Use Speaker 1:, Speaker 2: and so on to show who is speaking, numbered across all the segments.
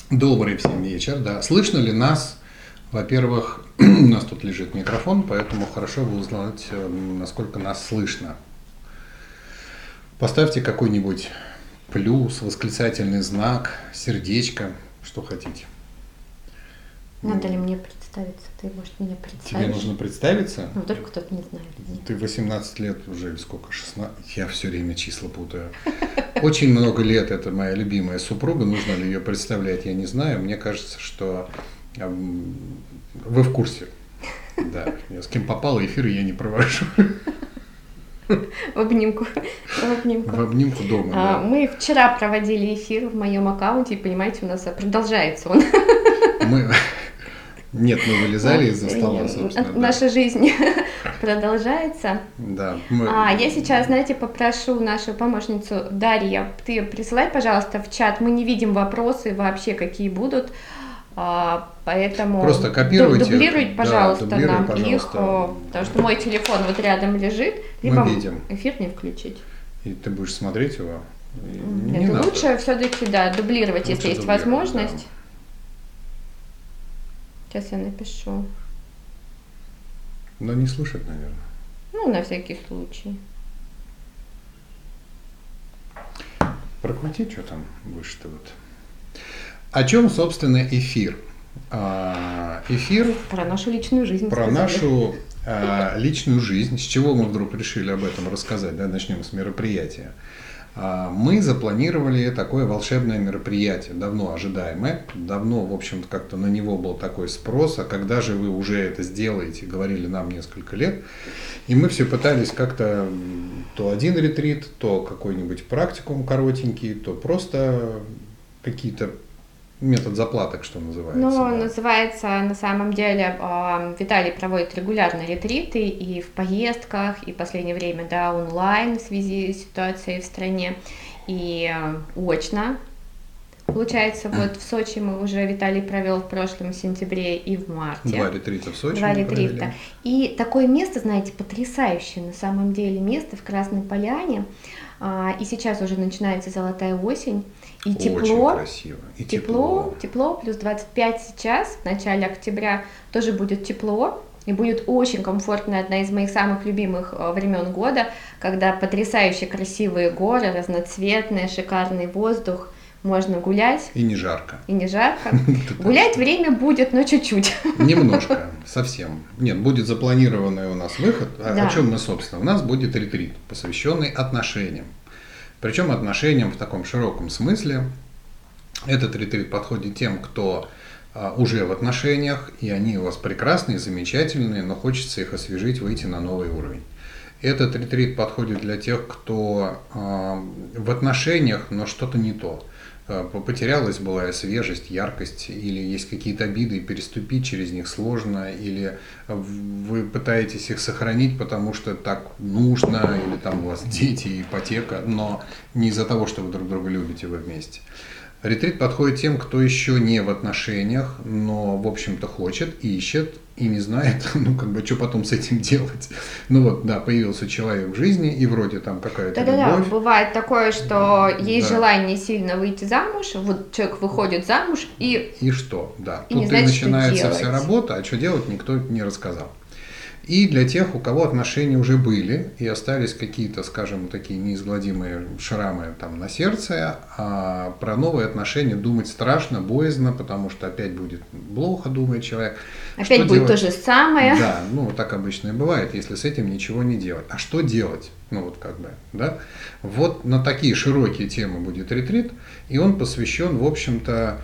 Speaker 1: Добрый всем вечер. Да. Слышно ли нас? Во-первых, у нас тут лежит микрофон, поэтому хорошо бы узнать, насколько нас слышно. Поставьте какой-нибудь плюс, восклицательный знак, сердечко, что хотите.
Speaker 2: Надо ли мне представиться? Ты, может, меня представишь?
Speaker 1: Тебе нужно представиться?
Speaker 2: Ну, вдруг кто-то не знает.
Speaker 1: Ты 18 лет уже, или сколько, 16? Я все время числа путаю. Очень много лет, это моя любимая супруга, нужно ли ее представлять, я не знаю. Мне кажется, что вы в курсе. Да, я с кем попало, эфиры я не провожу.
Speaker 2: В обнимку.
Speaker 1: В обнимку дома, да.
Speaker 2: Мы вчера проводили эфир в моем аккаунте, и, понимаете, у нас продолжается он.
Speaker 1: Нет, мы вылезали из-за стола, собственно.
Speaker 2: Наша жизнь продолжается.
Speaker 1: Да.
Speaker 2: Я сейчас, знаете, попрошу нашу помощницу Дарья, ты присылай, пожалуйста, в чат. Мы не видим вопросы вообще, какие будут. Поэтому
Speaker 1: просто копируйте,
Speaker 2: дублируйте, пожалуйста,
Speaker 1: дублируй,
Speaker 2: нам
Speaker 1: пожалуйста.
Speaker 2: их, потому что мой телефон вот рядом лежит, либо эфир не включить.
Speaker 1: И ты будешь смотреть его?
Speaker 2: Нет, лучше все-таки, да, дублировать, если есть возможность. Да. Сейчас я напишу.
Speaker 1: Но не слышат, наверное.
Speaker 2: Ну, на всякий случай.
Speaker 1: Прокрути, что там выше-то вот. О чем, собственно, эфир? Эфир
Speaker 2: про нашу личную жизнь.
Speaker 1: Про нашу личную жизнь. С чего мы вдруг решили об этом рассказать? Да, начнем с мероприятия. Мы запланировали такое волшебное мероприятие, давно ожидаемое, давно, в общем-то, как-то на него был такой спрос, а когда же вы уже это сделаете, говорили нам несколько лет, и мы все пытались как-то то один ретрит, то какой-нибудь практикум коротенький, то просто какие-то метод заплаток, что называется.
Speaker 2: Ну,
Speaker 1: да.
Speaker 2: Называется, на самом деле, Виталий проводит регулярно ретриты и в поездках, и в последнее время, да, онлайн в связи с ситуацией в стране, и очно. Получается, вот в Сочи мы уже Виталий провел в прошлом сентябре и в марте.
Speaker 1: 2 ретрита в Сочи.
Speaker 2: 2 ретрита. И такое место, знаете, потрясающее на самом деле место в Красной Поляне. И сейчас уже начинается золотая осень. И тепло.
Speaker 1: Очень красиво. И
Speaker 2: тепло, плюс 25 сейчас, в начале октября тоже будет тепло. И будет очень комфортно, одна из моих самых любимых времен года, когда потрясающе красивые горы, разноцветные, шикарный воздух. Можно гулять.
Speaker 1: И не жарко.
Speaker 2: Гулять время будет, но чуть-чуть.
Speaker 1: Немножко, совсем. Нет, будет запланированный у нас выход. О чем мы, собственно? У нас будет ретрит, посвященный отношениям. Причем отношениям в таком широком смысле. Этот ретрит подходит тем, кто уже в отношениях, и они у вас прекрасные, замечательные, но хочется их освежить, выйти на новый уровень. Этот ретрит подходит для тех, кто в отношениях, но что-то не то. Потерялась былая свежесть, яркость, или есть какие-то обиды, и переступить через них сложно, или вы пытаетесь их сохранить, потому что так нужно, или там у вас дети, ипотека, но не из-за того, что вы друг друга любите, вы вместе. Ретрит подходит тем, кто еще не в отношениях, но, в общем-то, хочет, ищет и не знает, что потом с этим делать. Появился человек в жизни, и вроде там какая-то любовь.
Speaker 2: Да, бывает такое, что есть желание сильно выйти замуж, вот человек выходит замуж и...
Speaker 1: И что, да.
Speaker 2: И
Speaker 1: тут
Speaker 2: не знает,
Speaker 1: начинается вся работа, а что делать никто не рассказал. И для тех, у кого отношения уже были и остались какие-то, скажем, такие неизгладимые шрамы там на сердце, а про новые отношения думать страшно, боязно, потому что опять будет плохо, думает человек.
Speaker 2: Опять будет то же самое.
Speaker 1: Да, так обычно и бывает, если с этим ничего не делать. А что делать? Вот на такие широкие темы будет ретрит, и он посвящен, в общем-то,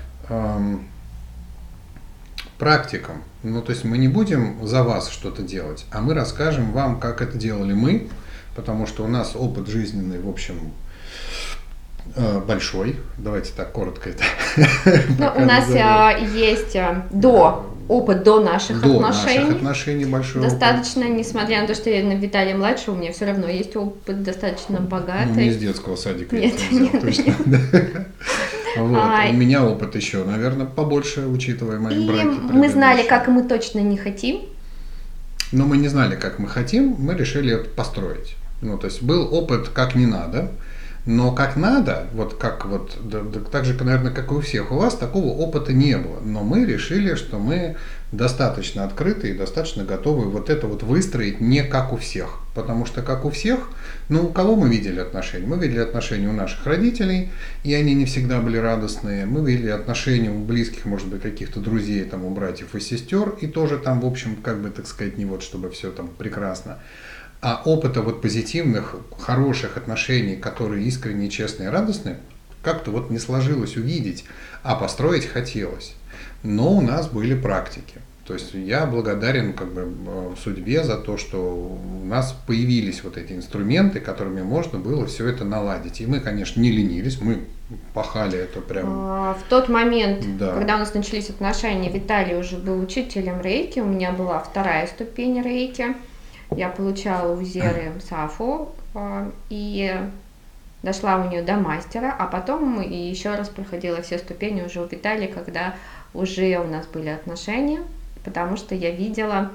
Speaker 1: практикам. То есть мы не будем за вас что-то делать, а мы расскажем вам, как это делали мы, потому что у нас опыт жизненный, в общем, большой. Давайте так коротко это.
Speaker 2: У нас есть опыт до наших отношений.
Speaker 1: До наших отношений большой
Speaker 2: достаточно, несмотря на то, что я на Виталия младше, у меня все равно есть опыт достаточно богатый.
Speaker 1: Не из детского садика я взял, точно. У меня опыт еще, наверное, побольше, учитывая мои браки.
Speaker 2: Мы знали, как мы точно не хотим.
Speaker 1: Но мы не знали, как мы хотим, мы решили это построить. То есть был опыт, как не надо. Но как надо, вот как вот, так же, наверное, как и у всех, у вас такого опыта не было. Но мы решили, что мы достаточно открыты и достаточно готовы вот это вот выстроить не как у всех. Потому что как у всех, ну, у кого мы видели отношения? Мы видели отношения у наших родителей, и они не всегда были радостные. Мы видели отношения у близких, может быть, каких-то друзей, там, у братьев и сестер, и тоже там, в общем, как бы, так сказать, не вот, чтобы все там прекрасно. А опыта вот позитивных, хороших отношений, которые искренне, честные и радостные, как-то вот не сложилось увидеть, а построить хотелось. Но у нас были практики. То есть я благодарен как бы судьбе за то, что у нас появились вот эти инструменты, которыми можно было все это наладить. И мы, конечно, не ленились, мы пахали это прям.
Speaker 2: В тот момент, когда у нас начались отношения, Виталий уже был учителем рейки, у меня была 2-я ступень рейки. Я получала у Зеры Сафу и дошла у нее до мастера, а потом и еще раз проходила все ступени уже у Виталия, когда уже у нас были отношения, потому что я видела...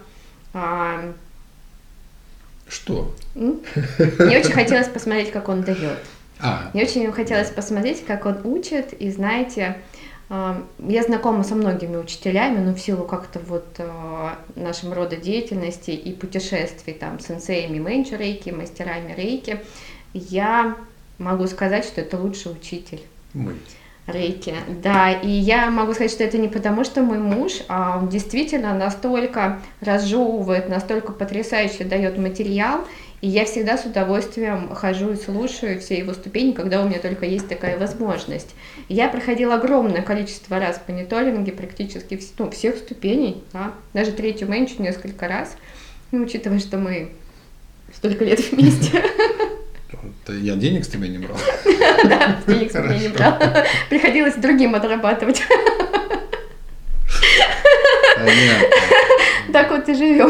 Speaker 1: Что?
Speaker 2: Мне очень хотелось посмотреть, как он дает. Мне очень хотелось посмотреть, как он учит, и знаете... Я знакома со многими учителями, но в силу как-то вот нашего рода деятельности и путешествий там с сенсеями менчу рейки, мастерами рейки, я могу сказать, что это лучший учитель рейки. Да, и я могу сказать, что это не потому, что мой муж, а он действительно настолько разжевывает, настолько потрясающе дает материал, и я всегда с удовольствием хожу и слушаю все его ступени, когда у меня только есть такая возможность. Я проходила огромное количество раз мониторинги практически всех ступеней, да? Даже 3-ю менчу несколько раз, учитывая, что мы столько лет вместе.
Speaker 1: Я денег с тебя не брал?
Speaker 2: Да, денег с меня не брал. Приходилось другим отрабатывать. Так вот и живем.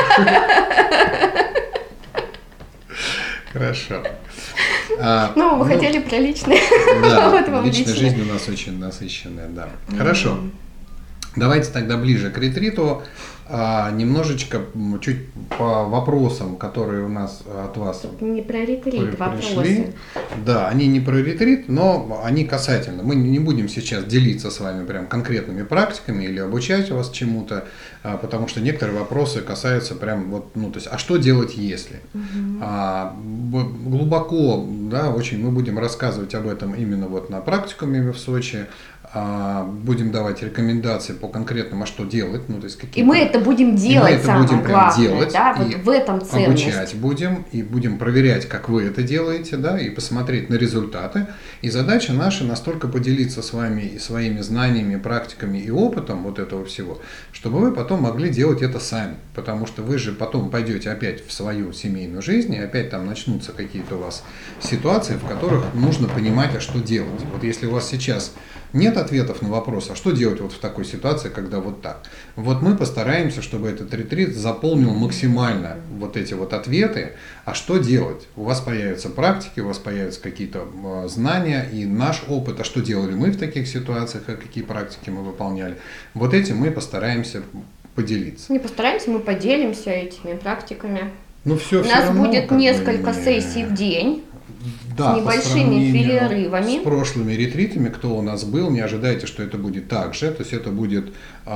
Speaker 1: Хорошо.
Speaker 2: Ну, вы хотели про личное.
Speaker 1: Да, личная жизнь у нас очень насыщенная, да. Хорошо. Давайте тогда ближе к ретриту. Немножечко, чуть по вопросам, которые у нас от вас
Speaker 2: не про ретрит,
Speaker 1: пришли.
Speaker 2: Вопросы.
Speaker 1: Да, они не про ретрит, но они касательно. Мы не будем сейчас делиться с вами прям конкретными практиками или обучать вас чему-то, потому что некоторые вопросы касаются прям вот, ну, то есть, а что делать если? Глубоко, да, очень мы будем рассказывать об этом именно вот на практикуме в Сочи. Будем давать рекомендации по конкретным, а что делать, ну, то есть какие-то...
Speaker 2: И мы это будем делать, самое главное, да, вот в этом ценность.
Speaker 1: Обучать будем, и будем проверять, как вы это делаете, да, и посмотреть на результаты. И задача наша настолько поделиться с вами и своими знаниями, практиками и опытом вот этого всего, чтобы вы потом могли делать это сами, потому что вы же потом пойдете опять в свою семейную жизнь, и опять там начнутся какие-то у вас ситуации, в которых нужно понимать, а что делать. Вот если у вас сейчас нет ответов на вопрос, а что делать вот в такой ситуации, когда вот так. Вот мы постараемся, чтобы этот ретрит заполнил максимально вот эти вот ответы, а что делать. У вас появятся практики, у вас появятся какие-то знания и наш опыт, а что делали мы в таких ситуациях, а какие практики мы выполняли. Вот этим мы постараемся поделиться.
Speaker 2: Не постараемся, мы поделимся этими практиками.
Speaker 1: Ну, все,
Speaker 2: у нас будет несколько сессий в день.
Speaker 1: Да,
Speaker 2: с небольшими перерывами.
Speaker 1: С прошлыми ретритами, кто у нас был, не ожидайте, что это будет так же. То есть это будет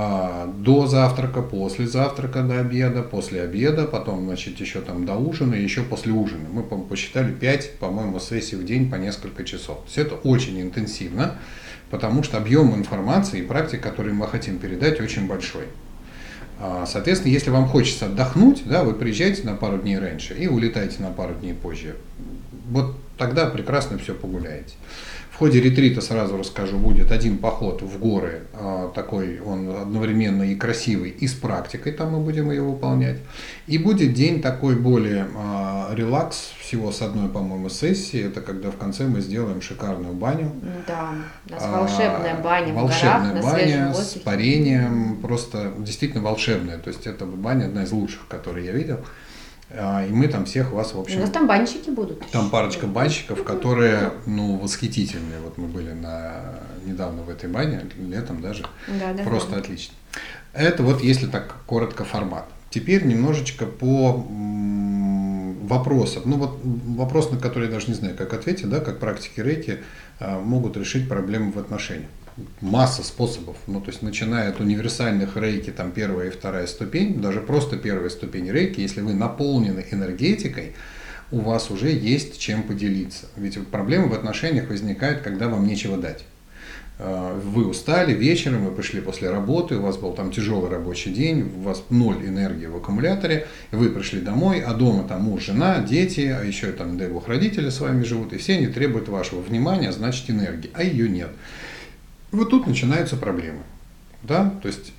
Speaker 1: до завтрака, после завтрака до обеда, после обеда, потом, значит, еще там до ужина и еще после ужина. Мы посчитали 5, по-моему, сессий в день по несколько часов. То есть это очень интенсивно, потому что объем информации и практик, которые мы хотим передать, очень большой. Соответственно, если вам хочется отдохнуть, да, вы приезжаете на пару дней раньше и улетаете на пару дней позже. Вот тогда прекрасно все погуляете. В ходе ретрита, сразу расскажу, будет один поход в горы, такой он одновременно и красивый, и с практикой, там мы будем ее выполнять. И будет день такой более релакс, всего с одной, по-моему, сессии. Это когда в конце мы сделаем шикарную баню.
Speaker 2: Да, у нас волшебная баня
Speaker 1: волшебная
Speaker 2: в горах,
Speaker 1: баня с парением, просто действительно волшебная. То есть эта баня одна из лучших, которые я видел. И мы там всех вас, в общем...
Speaker 2: У нас там банщики будут.
Speaker 1: Там парочка банщиков, которые, ну, восхитительные. Вот мы были недавно в этой бане, летом даже.
Speaker 2: Да,
Speaker 1: просто отлично. Это вот если так коротко формат. Теперь немножечко по вопросов. Ну вот вопрос, на который я даже не знаю, как ответить, да, как практики рейки могут решить проблемы в отношениях. Масса способов, ну то есть начиная от универсальных рейки, там первая и вторая ступень, даже просто первая ступень рейки, если вы наполнены энергетикой, у вас уже есть чем поделиться. Ведь проблемы в отношениях возникают, когда вам нечего дать. Вы устали вечером, вы пришли после работы, у вас был там тяжелый рабочий день, у вас 0 энергии в аккумуляторе, вы пришли домой, а дома там муж, жена, дети, а еще там, дай бог, родители с вами живут, и все они требуют вашего внимания, значит энергии, а ее нет. Вот тут начинаются проблемы. Да? То есть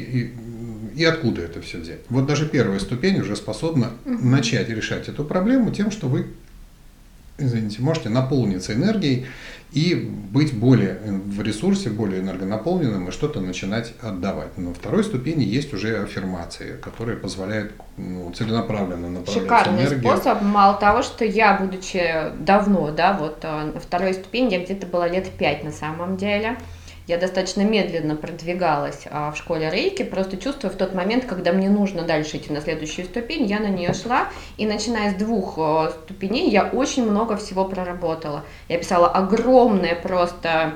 Speaker 1: и откуда это все взять? Вот даже первая ступень уже способна начать решать эту проблему тем, что вы, извините, можете наполниться энергией и быть более в ресурсе, более энергонаполненным и что-то начинать отдавать. На второй ступени есть уже аффирмации, которые позволяют целенаправленно направлять
Speaker 2: шикарный
Speaker 1: энергию.
Speaker 2: Способ. Мало того, что я, будучи давно, да, вот на второй ступени, я где-то была лет 5 на самом деле. Я достаточно медленно продвигалась в школе рейки, просто чувствуя в тот момент, когда мне нужно дальше идти на следующую ступень, я на нее шла, и начиная с 2 ступеней я очень много всего проработала. Я писала огромное просто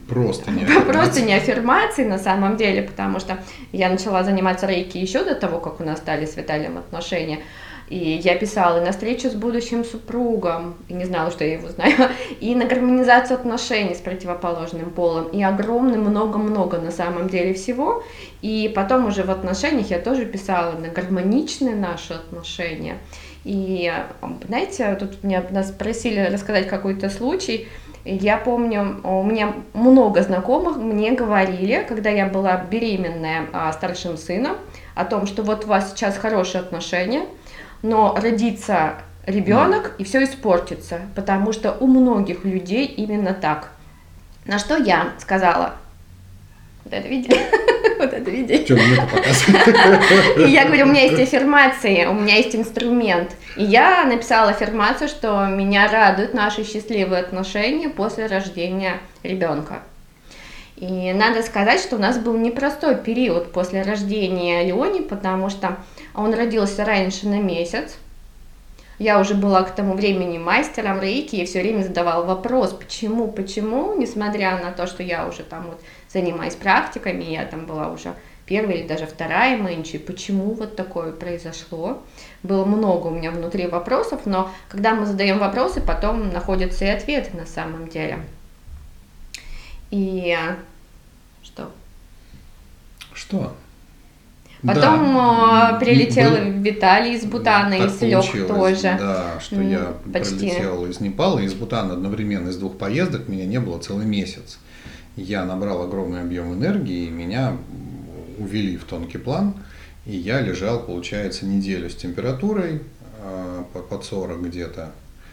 Speaker 2: не аффирмации на самом деле, потому что я начала заниматься рейки еще до того, как у нас стали с Виталием отношения. И я писала и на встречу с будущим супругом, и не знала, что я его знаю, и на гармонизацию отношений с противоположным полом, и огромное много-много на самом деле всего. И потом уже в отношениях я тоже писала на гармоничные наши отношения. И, знаете, тут нас просили рассказать какой-то случай. Я помню, у меня много знакомых мне говорили, когда я была беременная старшим сыном, о том, что вот у вас сейчас хорошие отношения, но родится ребенок и все испортится, потому что у многих людей именно так. На что я сказала: вот это видео, вот это видео.
Speaker 1: Что мне это показывает?
Speaker 2: И я говорю, у меня есть аффирмации, у меня есть инструмент. И я написала аффирмацию, что меня радуют наши счастливые отношения после рождения ребенка. И надо сказать, что у нас был непростой период после рождения Леони, потому что он родился раньше на месяц. Я уже была к тому времени мастером рейки и все время задавала вопрос, почему, несмотря на то, что я уже там вот занимаюсь практиками, я там была уже первая или даже вторая мэнчи, почему вот такое произошло. Было много у меня внутри вопросов, но когда мы задаем вопросы, потом находятся и ответы на самом деле. И что?
Speaker 1: Что?
Speaker 2: Потом прилетел Виталий из Бутана и слег тоже.
Speaker 1: Да, что я прилетел из Непала и из Бутана одновременно из 2 поездок, меня не было целый месяц. Я набрал огромный объем энергии, и меня увели в тонкий план, и я лежал, получается, неделю с температурой под 40 где-то,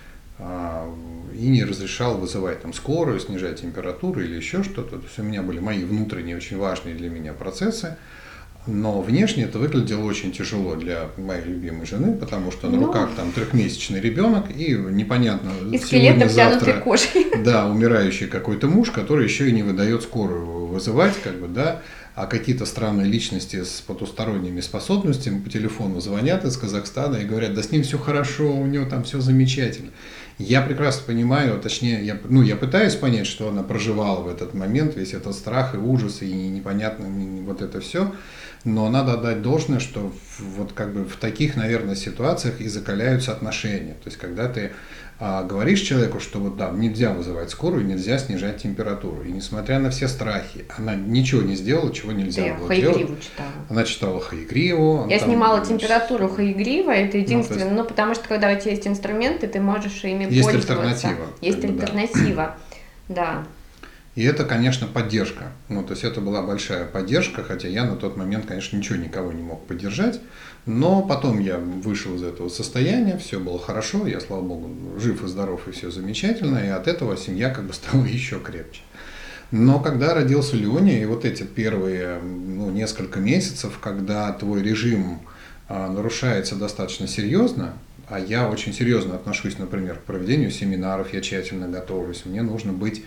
Speaker 1: и не разрешал вызывать там скорую, снижать температуру или еще что-то. То есть у меня были мои внутренние, очень важные для меня процессы. Но внешне это выглядело очень тяжело для моей любимой жены, потому что на руках там 3-месячный ребенок и непонятно
Speaker 2: и сегодня-завтра
Speaker 1: да, умирающий какой-то муж, который еще и не выдает скорую вызывать, как бы, да, а какие-то странные личности с потусторонними способностями по телефону звонят из Казахстана и говорят, да с ним все хорошо, у него там все замечательно. Я прекрасно понимаю, точнее, я пытаюсь понять, что она проживала в этот момент, весь этот страх и ужас, и непонятно вот это все. Но надо отдать должное, что вот как бы в таких, наверное, ситуациях и закаляются отношения. То есть, когда ты говоришь человеку, что вот да, нельзя вызывать скорую, нельзя снижать температуру. И несмотря на все страхи, она ничего не сделала, чего нельзя было делать.
Speaker 2: Читала.
Speaker 1: Она читала Хаигриву.
Speaker 2: Я снимала температуру Хаигрива, это единственное, потому что когда у тебя есть инструменты, ты можешь ими пользоваться.
Speaker 1: Есть альтернатива.
Speaker 2: Есть альтернатива, да.
Speaker 1: И это, конечно, поддержка. То есть это была большая поддержка, хотя я на тот момент, конечно, никого не мог поддержать. Но потом я вышел из этого состояния, все было хорошо, я, слава богу, жив и здоров, и все замечательно, и от этого семья как бы стала еще крепче. Но когда родился Леня, и вот эти первые несколько месяцев, когда твой режим нарушается достаточно серьезно, а я очень серьезно отношусь, например, к проведению семинаров, я тщательно готовлюсь, мне нужно быть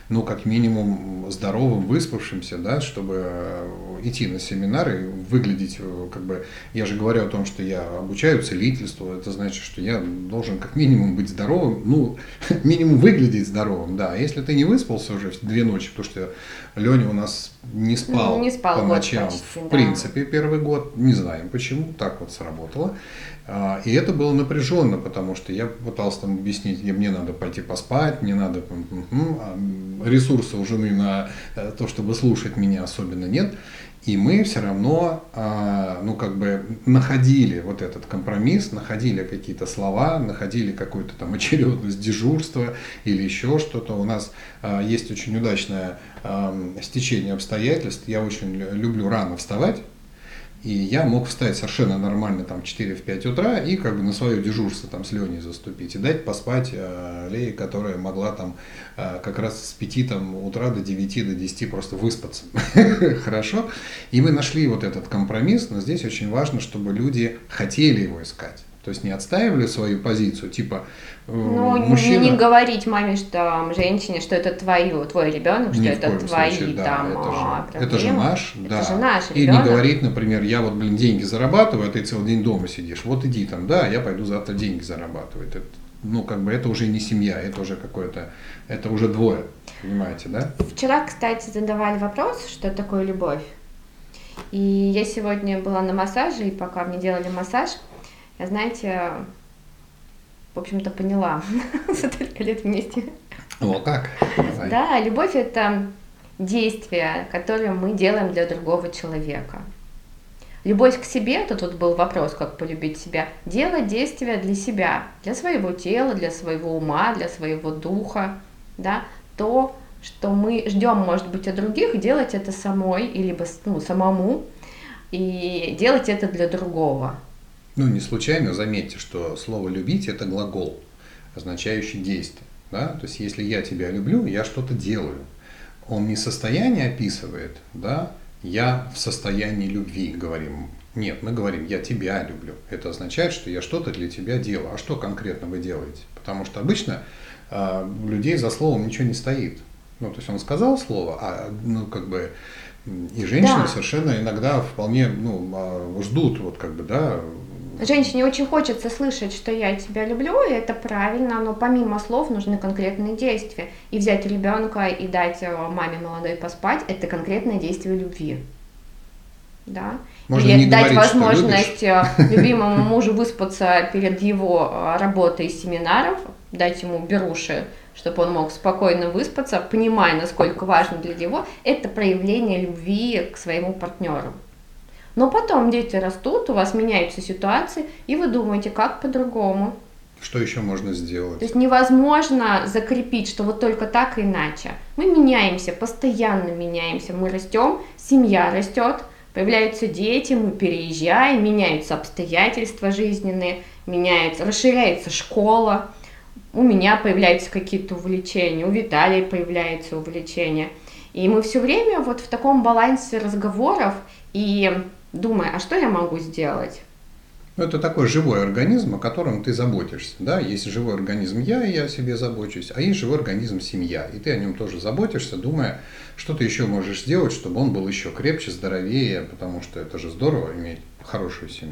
Speaker 1: ну, как минимум, здоровым, выспавшимся, да, чтобы идти на семинары, выглядеть, как бы, я же говорю о том, что я обучаю целительству, это значит, что я должен как минимум быть здоровым, ну, минимум выглядеть здоровым, да. Если ты не выспался уже 2 ночи, потому что Леня у нас не спал по ночам, почти, в принципе, первый год, не знаем почему, так вот сработало. И это было напряженно, потому что я пытался там объяснить, мне надо пойти поспать, мне надо, ресурса у жены на то, чтобы слушать меня особенно нет. И мы все равно, ну, как бы находили вот этот компромисс, находили какие-то слова, находили какую-то там очередность дежурства или еще что-то. У нас есть очень удачное стечение обстоятельств. Я очень люблю рано вставать. И я мог встать совершенно нормально там 4-5 утра и как бы на свое дежурство там с Леней заступить и дать поспать Лее, которая могла там как раз с 5 там, утра до 9, до 10 просто выспаться. Хорошо. И мы нашли вот этот компромисс, но здесь очень важно, чтобы люди хотели его искать. То есть не отстаивали свою позицию, типа мужчина...
Speaker 2: не говорить маме, что женщине, что это твой ребенок, что это твои
Speaker 1: случае, да,
Speaker 2: там
Speaker 1: проблемы. Это же наш,
Speaker 2: это же наш
Speaker 1: и
Speaker 2: ребенок.
Speaker 1: Не говорить, например, я вот, деньги зарабатываю, а ты целый день дома сидишь, вот иди там, да, я пойду завтра деньги зарабатывать. Это, ну, как бы это уже не семья, это уже какое-то, это уже двое, понимаете, да?
Speaker 2: Вчера, кстати, задавали вопрос, что такое любовь. И я сегодня была на массаже, и пока мне делали массаж, я, знаете, в общем-то, поняла за столько лет вместе.
Speaker 1: О, как? Давай.
Speaker 2: Да, любовь – это действие, которое мы делаем для другого человека. Любовь к себе, тут был вопрос, как полюбить себя, делать действия для себя, для своего тела, для своего ума, для своего духа, да, то, что мы ждем, может быть, от других, делать это самой, или самому, и делать это для другого.
Speaker 1: Ну, не случайно заметьте, что слово «любить» – это глагол, означающий действие. Да? То есть, если я тебя люблю, я что-то делаю. Он не состояние описывает, да? Я в состоянии любви, говорим. Нет, мы говорим «я тебя люблю». Это означает, что я что-то для тебя делаю. А что конкретно вы делаете? Потому что обычно у людей за словом ничего не стоит. Ну, то есть, он сказал слово, ну, как бы… И женщины совершенно иногда вполне ждут, вот как бы, да.
Speaker 2: Женщине очень хочется слышать, что я тебя люблю, и это правильно, но помимо слов нужны конкретные действия. И взять ребенка и дать маме молодой поспать – это конкретное действие любви. Да?
Speaker 1: Можно
Speaker 2: или
Speaker 1: не
Speaker 2: дать
Speaker 1: говорить,
Speaker 2: возможность любимому мужу выспаться перед его работой и семинаров, дать ему беруши, чтобы он мог спокойно выспаться, понимая, насколько важно для него, это проявление любви к своему партнеру. Но потом дети растут, у вас меняются ситуации, и вы думаете, как по-другому.
Speaker 1: Что еще можно сделать?
Speaker 2: То есть невозможно закрепить, что вот только так и иначе. Мы меняемся, постоянно меняемся, мы растем, семья растет, появляются дети, мы переезжаем, меняются обстоятельства жизненные, расширяется школа, у меня появляются какие-то увлечения, у Виталия появляются увлечения. И мы все время вот в таком балансе разговоров и думая, а что я могу сделать?
Speaker 1: Ну, это такой живой организм, о котором ты заботишься. Да? Есть живой организм я, и я о себе забочусь, а есть живой организм семья, и ты о нем тоже заботишься, думая, что ты еще можешь сделать, чтобы он был еще крепче, здоровее, потому что это же здорово иметь хорошую семью.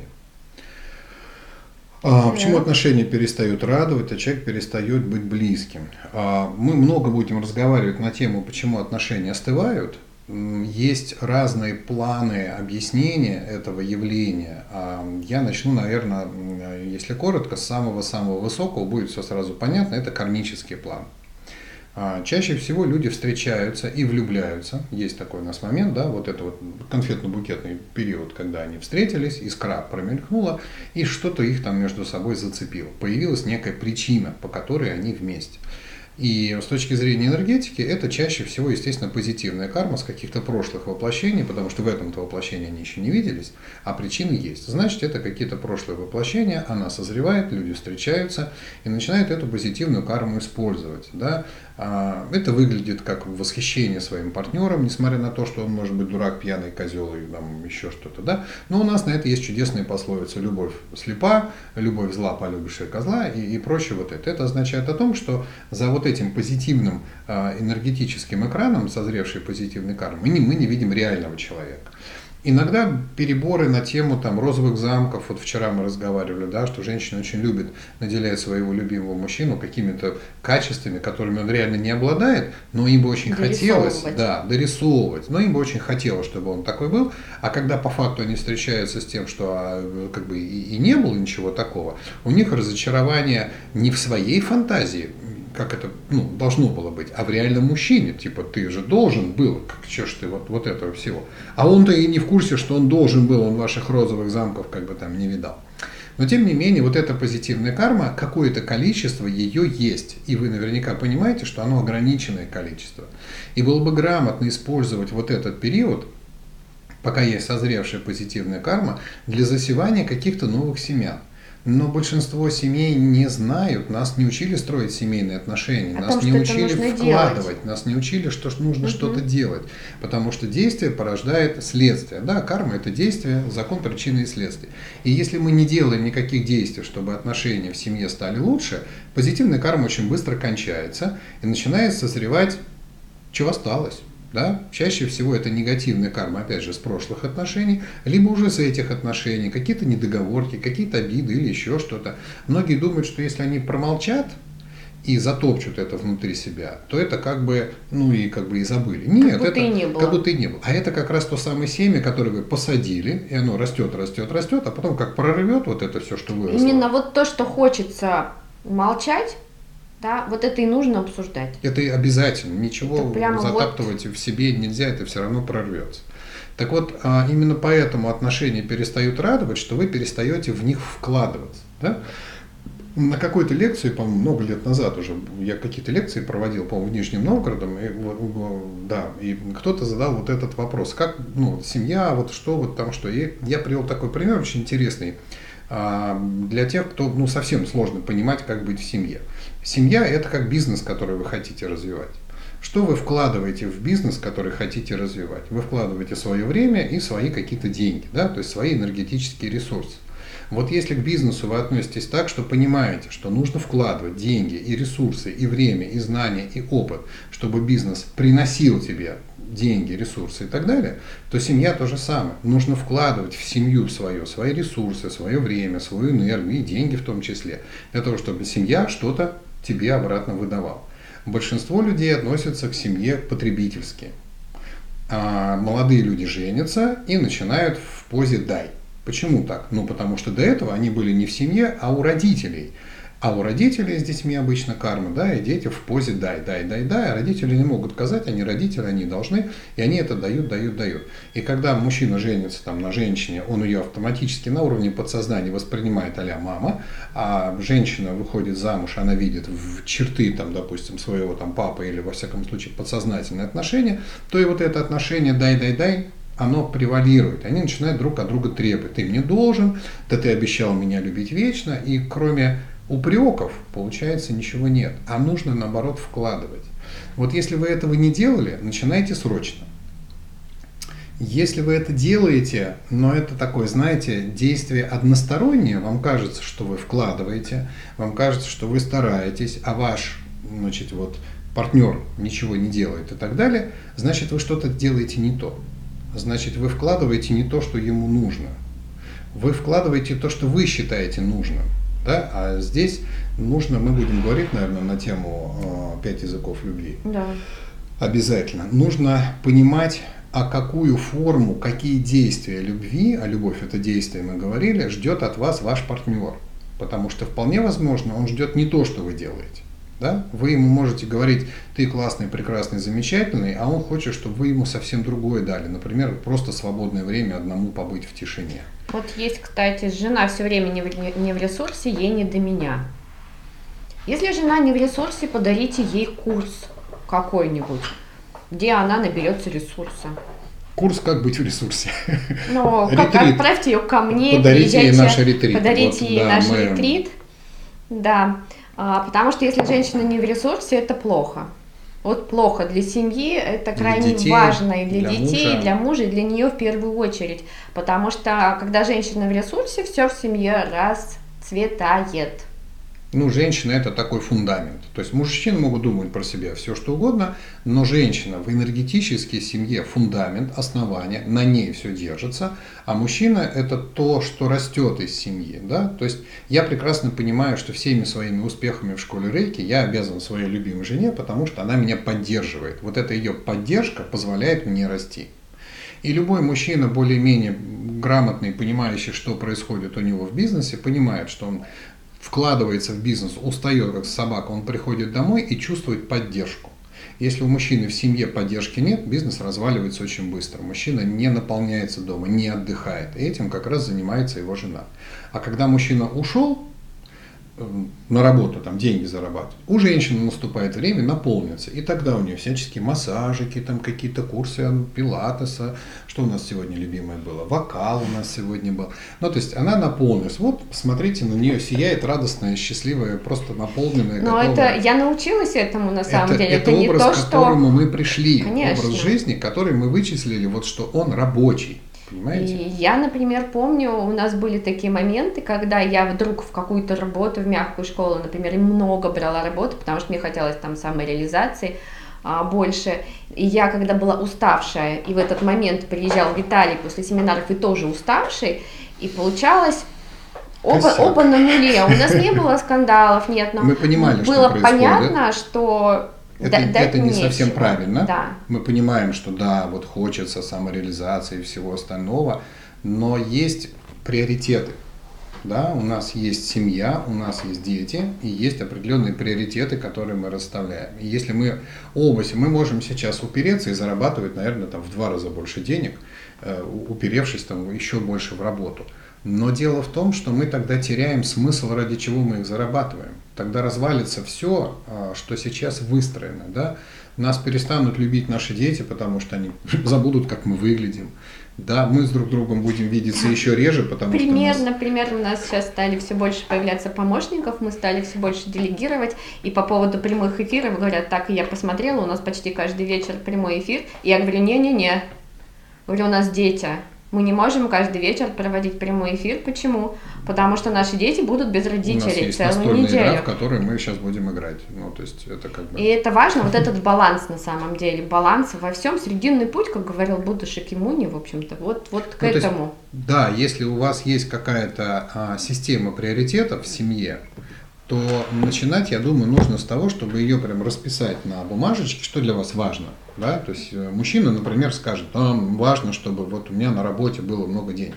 Speaker 1: Почему отношения перестают радовать, а человек перестает быть близким? Мы много будем разговаривать на тему, почему отношения остывают. Есть разные планы объяснения этого явления. Я начну, наверное, если коротко, с самого-самого высокого, будет все сразу понятно, это кармический план. Чаще всего люди встречаются и влюбляются. Есть такой у нас момент, да, вот это вот конфетно-букетный период, когда они встретились, искра промелькнула, и что-то их там между собой зацепило. Появилась некая причина, по которой они вместе. И с точки зрения энергетики, это чаще всего, естественно, позитивная карма с каких-то прошлых воплощений, потому что в этом-то воплощении они еще не виделись, а причины есть. Значит, это какие-то прошлые воплощения, она созревает, люди встречаются и начинают эту позитивную карму использовать. Да? Это выглядит как восхищение своим партнером, несмотря на то, что он может быть дурак, пьяный, козел и там еще что-то. Да? Но у нас на это есть чудесные пословицы: любовь слепа, любовь зла, полюбившая козла и прочее вот это. Это означает о том, что за вот вот этим позитивным энергетическим экраном созревшей позитивной кармы мы не видим реального человека. Иногда переборы на тему там, розовых замков, вот вчера мы разговаривали, да, что женщина очень любит наделять своего любимого мужчину какими-то качествами, которыми он реально не обладает, но им бы очень хотелось дорисовывать, но им бы очень хотелось, чтобы он такой был, а когда по факту они встречаются с тем, что как бы и не было ничего такого, у них разочарование не в своей фантазии, как это должно было быть, а в реальном мужчине, типа ты же должен был, что ж ты вот этого всего. А он-то и не в курсе, что он должен был, он ваших розовых замков как бы там не видал. Но тем не менее, вот эта позитивная карма, какое-то количество ее есть. И вы наверняка понимаете, что оно ограниченное количество. И было бы грамотно использовать вот этот период, пока есть созревшая позитивная карма, для засевания каких-то новых семян. Но большинство семей не знают, нас не учили строить семейные отношения, нас не учили вкладывать, нас не учили, что нужно что-то делать, потому что действие порождает следствие. Да, карма – это действие, закон причины и следствия. И если мы не делаем никаких действий, чтобы отношения в семье стали лучше, позитивная карма очень быстро кончается и начинает созревать, что осталось. Да? Чаще всего это негативная карма, опять же, с прошлых отношений, либо уже с этих отношений, какие-то недоговорки, какие-то обиды или еще что-то. Многие думают, что если они промолчат и затопчут это внутри себя, то это как бы и забыли. Нет,
Speaker 2: как будто
Speaker 1: и не было. А это как раз то самое семя, которое вы посадили, и оно растет, а потом как прорвет вот это все, что выросло.
Speaker 2: Именно вот то, что хочется молчать, да, вот это и нужно обсуждать.
Speaker 1: Это и обязательно. Ничего затаптывать в себе нельзя, это все равно прорвется. Так вот, именно поэтому отношения перестают радовать, что вы перестаете в них вкладываться. Да? На какой-то лекции, по-моему, много лет назад уже, я какие-то лекции проводил, по-моему, в Нижнем Новгороде, и кто-то задал вот этот вопрос, как, семья, что. И я привел такой пример очень интересный для тех, кто, совсем сложно понимать, как быть в семье. Семья – это как бизнес, который вы хотите развивать. Что вы вкладываете в бизнес, который хотите развивать? Вы вкладываете свое время и свои какие-то деньги, да, то есть свои энергетические ресурсы. Вот если к бизнесу вы относитесь так, что понимаете, что нужно вкладывать деньги и ресурсы, и время, и знания, и опыт, чтобы бизнес приносил тебе деньги, ресурсы и так далее, то семья то же самое. Нужно вкладывать в семью свою свои ресурсы, свое время, свою энергию и деньги в том числе, для того, чтобы семья что-то тебе обратно выдавала. Большинство людей относятся к семье потребительски. А молодые люди женятся и начинают в позе «дай». Почему так? Потому что до этого они были не в семье, а у родителей. А у родителей с детьми обычно карма, да, и дети в позе дай. А родители не могут сказать, они родители, они должны, и они это дают. И когда мужчина женится там на женщине, он ее автоматически на уровне подсознания воспринимает а-ля мама, а женщина выходит замуж, она видит в черты, там, допустим, своего там папы или, во всяком случае, подсознательное отношение, то и вот это отношение дай, оно превалирует. Они начинают друг от друга требовать. Ты мне должен, да ты обещал меня любить вечно, и кроме упреков, получается, ничего нет. А нужно, наоборот, вкладывать. Вот если вы этого не делали, начинайте срочно. Если вы это делаете, но это такое, знаете, действие одностороннее, вам кажется, что вы вкладываете, вам кажется, что вы стараетесь, а ваш, партнер ничего не делает и так далее, значит, вы что-то делаете не то. Значит, вы вкладываете не то, что ему нужно. Вы вкладываете то, что вы считаете нужным. Да? А здесь нужно, мы будем говорить, наверное, на тему 5 языков любви.
Speaker 2: Да.
Speaker 1: Обязательно. Нужно понимать, а какую форму, какие действия любви, а любовь это действие, мы говорили, ждет от вас ваш партнер. Потому что вполне возможно, он ждет не то, что вы делаете. Да? Вы ему можете говорить, ты классный, прекрасный, замечательный, а он хочет, чтобы вы ему совсем другое дали. Например, просто свободное время одному побыть в тишине.
Speaker 2: Вот есть, кстати, жена все время не в ресурсе, ей не до меня. Если жена не в ресурсе, подарите ей курс какой-нибудь, где она наберется ресурса.
Speaker 1: Курс «Как быть в ресурсе».
Speaker 2: Отправьте ее ко мне,
Speaker 1: подарите ей наш ретрит.
Speaker 2: Подарите ей наш ретрит. Да. Потому что если женщина не в ресурсе, это плохо. Вот плохо для семьи, это крайне важно и для детей, и для мужа, и для нее в первую очередь. Потому что когда женщина в ресурсе, все в семье расцветает.
Speaker 1: Ну, женщина – это такой фундамент. То есть мужчины могут думать про себя все, что угодно, но женщина в энергетической семье – фундамент, основание, на ней все держится, а мужчина – это то, что растет из семьи. Да? То есть я прекрасно понимаю, что всеми своими успехами в школе рейки я обязан своей любимой жене, потому что она меня поддерживает. Вот эта ее поддержка позволяет мне расти. И любой мужчина, более-менее грамотный, понимающий, что происходит у него в бизнесе, понимает, что он вкладывается в бизнес, устает как собака, он приходит домой и чувствует поддержку. Если у мужчины в семье поддержки нет, бизнес разваливается очень быстро. Мужчина не наполняется дома, не отдыхает. И этим как раз занимается его жена. А когда мужчина ушел на работу, там деньги зарабатывать, у женщины наступает время наполниться. И тогда у нее всяческие массажики, там какие-то курсы пилатеса, что у нас сегодня любимое было, вокал у нас сегодня был. Ну, то есть она наполнилась. Вот, посмотрите, на нее сияет радостная, счастливая, просто наполненная.
Speaker 2: Но
Speaker 1: готовая.
Speaker 2: это я научилась этому на самом деле.
Speaker 1: Это
Speaker 2: не
Speaker 1: образ,
Speaker 2: то,
Speaker 1: к которому мы пришли.
Speaker 2: Конечно.
Speaker 1: Образ жизни, который мы вычислили, вот что он рабочий. Понимаете?
Speaker 2: И я, например, помню, у нас были такие моменты, когда я вдруг в какую-то работу, в мягкую школу, например, и много брала работы, потому что мне хотелось там самореализации больше. И я, когда была уставшая, и в этот момент приезжал Виталий после семинаров и тоже уставший, и получалось оба на нуле. У нас не было скандалов, нет, но
Speaker 1: мы понимали,
Speaker 2: было
Speaker 1: что
Speaker 2: понятно, что
Speaker 1: это не совсем правильно.
Speaker 2: Да.
Speaker 1: Мы понимаем, что да, вот хочется самореализации и всего остального, но есть приоритеты. Да, у нас есть семья, у нас есть дети, и есть определенные приоритеты, которые мы расставляем. И если мы мы можем сейчас упереться и зарабатывать, наверное, там, в 2 раза больше денег, уперевшись там, еще больше в работу. Но дело в том, что мы тогда теряем смысл, ради чего мы их зарабатываем. Тогда развалится все, что сейчас выстроено. Да? Нас перестанут любить наши дети, потому что они забудут, как мы выглядим. Да, мы с друг другом будем видеться еще реже, потому что
Speaker 2: Например, у нас сейчас стали все больше появляться помощников, мы стали все больше делегировать, и по поводу прямых эфиров говорят, так, и я посмотрела, у нас почти каждый вечер прямой эфир, и я говорю, не-не-не, говорю, у нас дети. Мы не можем каждый вечер проводить прямой эфир. Почему? Потому что наши дети будут без родителей целую неделю. У нас есть
Speaker 1: настольная игра, в которой мы сейчас будем играть. Ну, то есть это как бы...
Speaker 2: И это важно, вот этот баланс на самом деле. Баланс во всем, срединный путь, как говорил Будда Шакьямуни, в общем-то, вот к этому.
Speaker 1: Есть, да, если у вас есть какая-то система приоритетов в семье, то начинать, я думаю, нужно с того, чтобы ее прям расписать на бумажечке, что для вас важно. Да? То есть мужчина, например, скажет, важно, чтобы вот у меня на работе было много денег.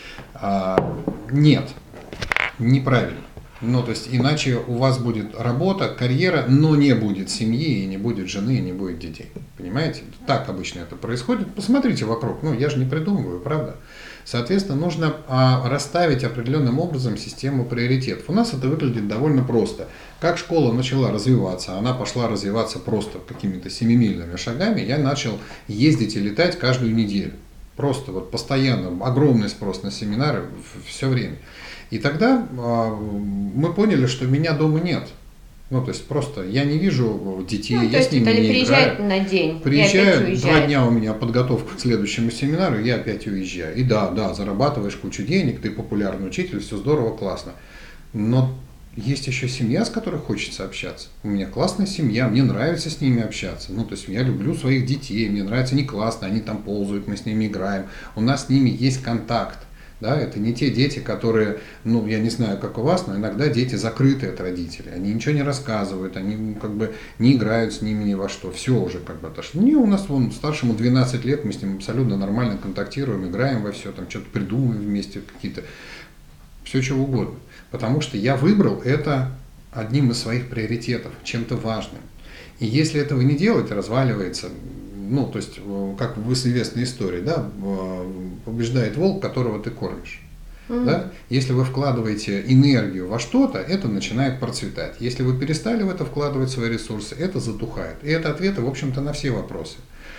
Speaker 1: Нет, неправильно. Ну, то есть иначе у вас будет работа, карьера, но не будет семьи, и не будет жены, и не будет детей. Понимаете? Так обычно это происходит. Посмотрите вокруг. Ну, я же не придумываю, правда? Соответственно, нужно расставить определенным образом систему приоритетов. У нас это выглядит довольно просто. Как школа начала развиваться, она пошла развиваться просто какими-то семимильными шагами, я начал ездить и летать каждую неделю. Просто вот постоянно, огромный спрос на семинары все время. И тогда мы поняли, что меня дома нет. Ну, то есть просто я не вижу детей, я с ними не
Speaker 2: приезжает играю. На день,
Speaker 1: приезжает, 2 дня у меня подготовка к следующему семинару, я опять уезжаю. И да, зарабатываешь кучу денег, ты популярный учитель, все здорово, классно. Но есть еще семья, с которой хочется общаться. У меня классная семья, мне нравится с ними общаться. Ну, то есть я люблю своих детей, мне нравится, они классные, они там ползают, мы с ними играем. У нас с ними есть контакт. Да, это не те дети, которые, ну, я не знаю, как у вас, но иногда дети закрыты от родителей. Они ничего не рассказывают, они как бы не играют с ними ни во что. Все уже как бы отошло. Не, у нас вон старшему 12 лет, мы с ним абсолютно нормально контактируем, играем во все, там что-то придумываем вместе, какие-то, все чего угодно. Потому что я выбрал это одним из своих приоритетов, чем-то важным. И если этого не делать, разваливается. Ну, то есть, как в известной истории, да, побеждает волк, которого ты кормишь. Да? Если вы вкладываете энергию во что-то, это начинает процветать. Если вы перестали в это вкладывать свои ресурсы, это затухает. И это ответы, в общем-то, на все вопросы.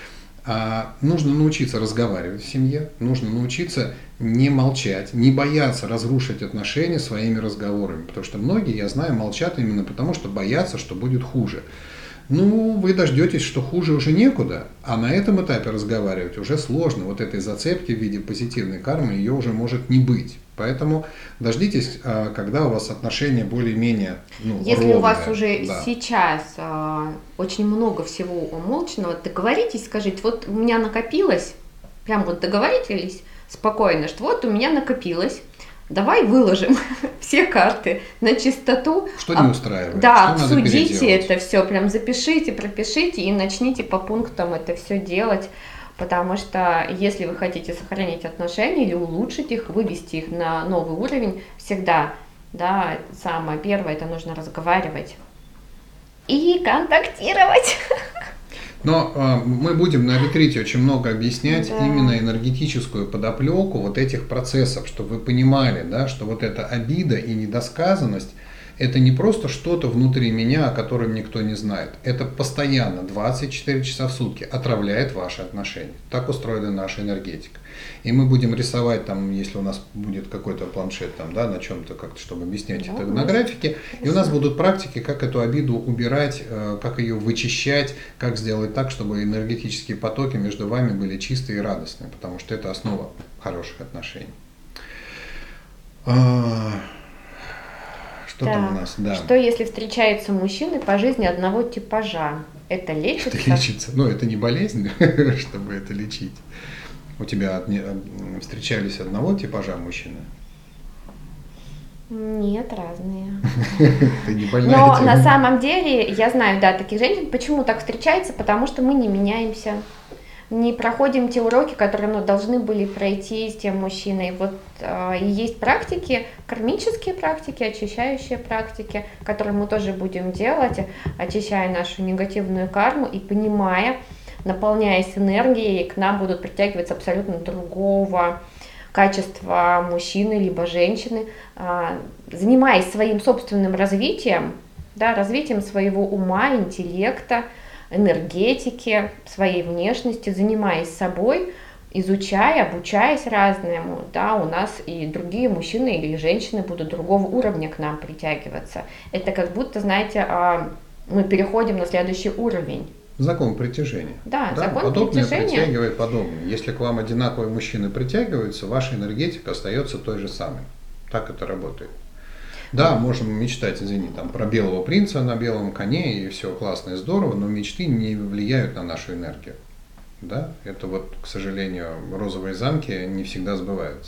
Speaker 1: Нужно научиться разговаривать в семье, нужно научиться не молчать, не бояться разрушить отношения своими разговорами. Потому что многие, я знаю, молчат именно потому, что боятся, что будет хуже. Ну, вы дождетесь, что хуже уже некуда, а на этом этапе разговаривать уже сложно. Вот этой зацепки в виде позитивной кармы ее уже может не быть. Поэтому дождитесь, когда у вас отношения более-менее
Speaker 2: Если
Speaker 1: ровные.
Speaker 2: У вас уже сейчас очень много всего умолченного, договоритесь, скажите, вот у меня накопилось, прям вот договоритесь спокойно, что вот у меня накопилось, давай выложим все карты на чистоту.
Speaker 1: Что не устраивает?
Speaker 2: Да, обсудите это все, прям запишите, пропишите и начните по пунктам это все делать. Потому что если вы хотите сохранить отношения или улучшить их, вывести их на новый уровень, всегда, да, самое первое, это нужно разговаривать и контактировать.
Speaker 1: Но мы будем на ретрите очень много объяснять именно энергетическую подоплеку вот этих процессов, чтобы вы понимали, да, что вот эта обида и недосказанность – это не просто что-то внутри меня, о котором никто не знает. Это постоянно, 24 часа в сутки отравляет ваши отношения. Так устроена наша энергетика. И мы будем рисовать, там, если у нас будет какой-то планшет там, да, на чем-то, как-то, чтобы объяснять это на графике. И у нас будут практики, как эту обиду убирать, как ее вычищать, как сделать так, чтобы энергетические потоки между вами были чистые и радостные. Потому что это основа хороших отношений. Что там у нас? Да.
Speaker 2: Что если встречаются мужчины по жизни одного типажа? Это лечится?
Speaker 1: Это лечится. Но это не болезнь, чтобы это лечить. У тебя встречались одного типажа мужчины?
Speaker 2: Нет, разные.
Speaker 1: Ты не больная
Speaker 2: Но
Speaker 1: тема.
Speaker 2: на самом деле, я знаю, да, таких женщин. Почему так встречается? Потому что мы не меняемся. Не проходим те уроки, которые должны были пройти с тем мужчиной. Вот и есть практики, кармические практики, очищающие практики, которые мы тоже будем делать, очищая нашу негативную карму и понимая, наполняясь энергией, к нам будут притягиваться абсолютно другого качества мужчины либо женщины, занимаясь своим собственным развитием, да, развитием своего ума, интеллекта, энергетики, своей внешности, занимаясь собой, изучая, обучаясь разному, да, у нас и другие мужчины или женщины будут другого уровня к нам притягиваться. Это как будто, знаете, мы переходим на следующий уровень.
Speaker 1: Закон притяжения.
Speaker 2: Да, закон
Speaker 1: подобное
Speaker 2: притяжения.
Speaker 1: Притягивает подобное. Если к вам одинаковые мужчины притягиваются, ваша энергетика остается той же самой. Так это работает. Да, можем мечтать, извини, там, про белого принца на белом коне, и все классно и здорово, но мечты не влияют на нашу энергию. Да? Это вот, к сожалению, розовые замки не всегда сбываются.